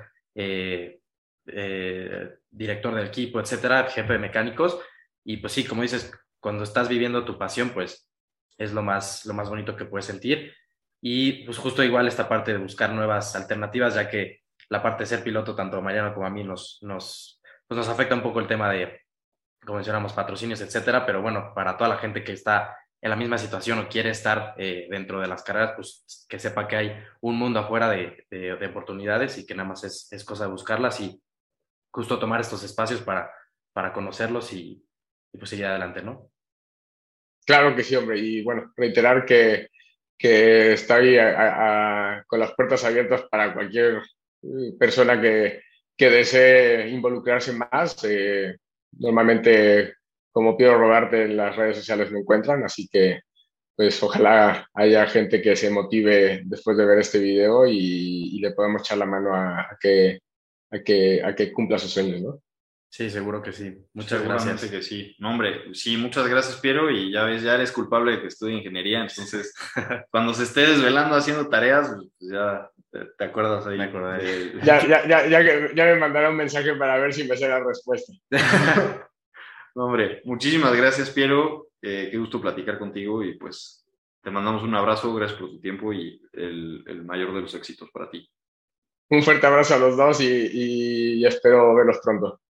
director del equipo, etcétera, jefe de mecánicos. Y pues sí, como dices, cuando estás viviendo tu pasión, pues es lo más bonito que puedes sentir. Y pues justo igual esta parte de buscar nuevas alternativas, ya que la parte de ser piloto, tanto a Mariano como a mí, pues nos afecta un poco el tema de, como mencionamos, patrocinios, etcétera. Pero bueno, para toda la gente que está en la misma situación o quiere estar dentro de las carreras, pues que sepa que hay un mundo afuera de oportunidades y que nada más es cosa de buscarlas y justo tomar estos espacios para conocerlos y pues seguir adelante, ¿no? Claro que sí, hombre. Y bueno, reiterar que estoy con las puertas abiertas para cualquier persona que desee involucrarse más. Normalmente, como Piero Rodarte, en las redes sociales me encuentran, así que pues ojalá haya gente que se motive después de ver este video y le podamos echar la mano a que cumpla sus sueños, ¿no? Sí, seguro que sí. Muchas Seguramente gracias. que sí. No, hombre, sí, muchas gracias, Piero. Y ya ves, ya eres culpable de que estudie ingeniería. Entonces, cuando se esté desvelando haciendo tareas, pues ya te acuerdas ahí. Me acordé. Ya me mandaron un mensaje para ver si me sé la respuesta. No, hombre, muchísimas gracias, Piero. Qué gusto platicar contigo y pues te mandamos un abrazo. Gracias por tu tiempo y el mayor de los éxitos para ti. Un fuerte abrazo a los dos y espero verlos pronto.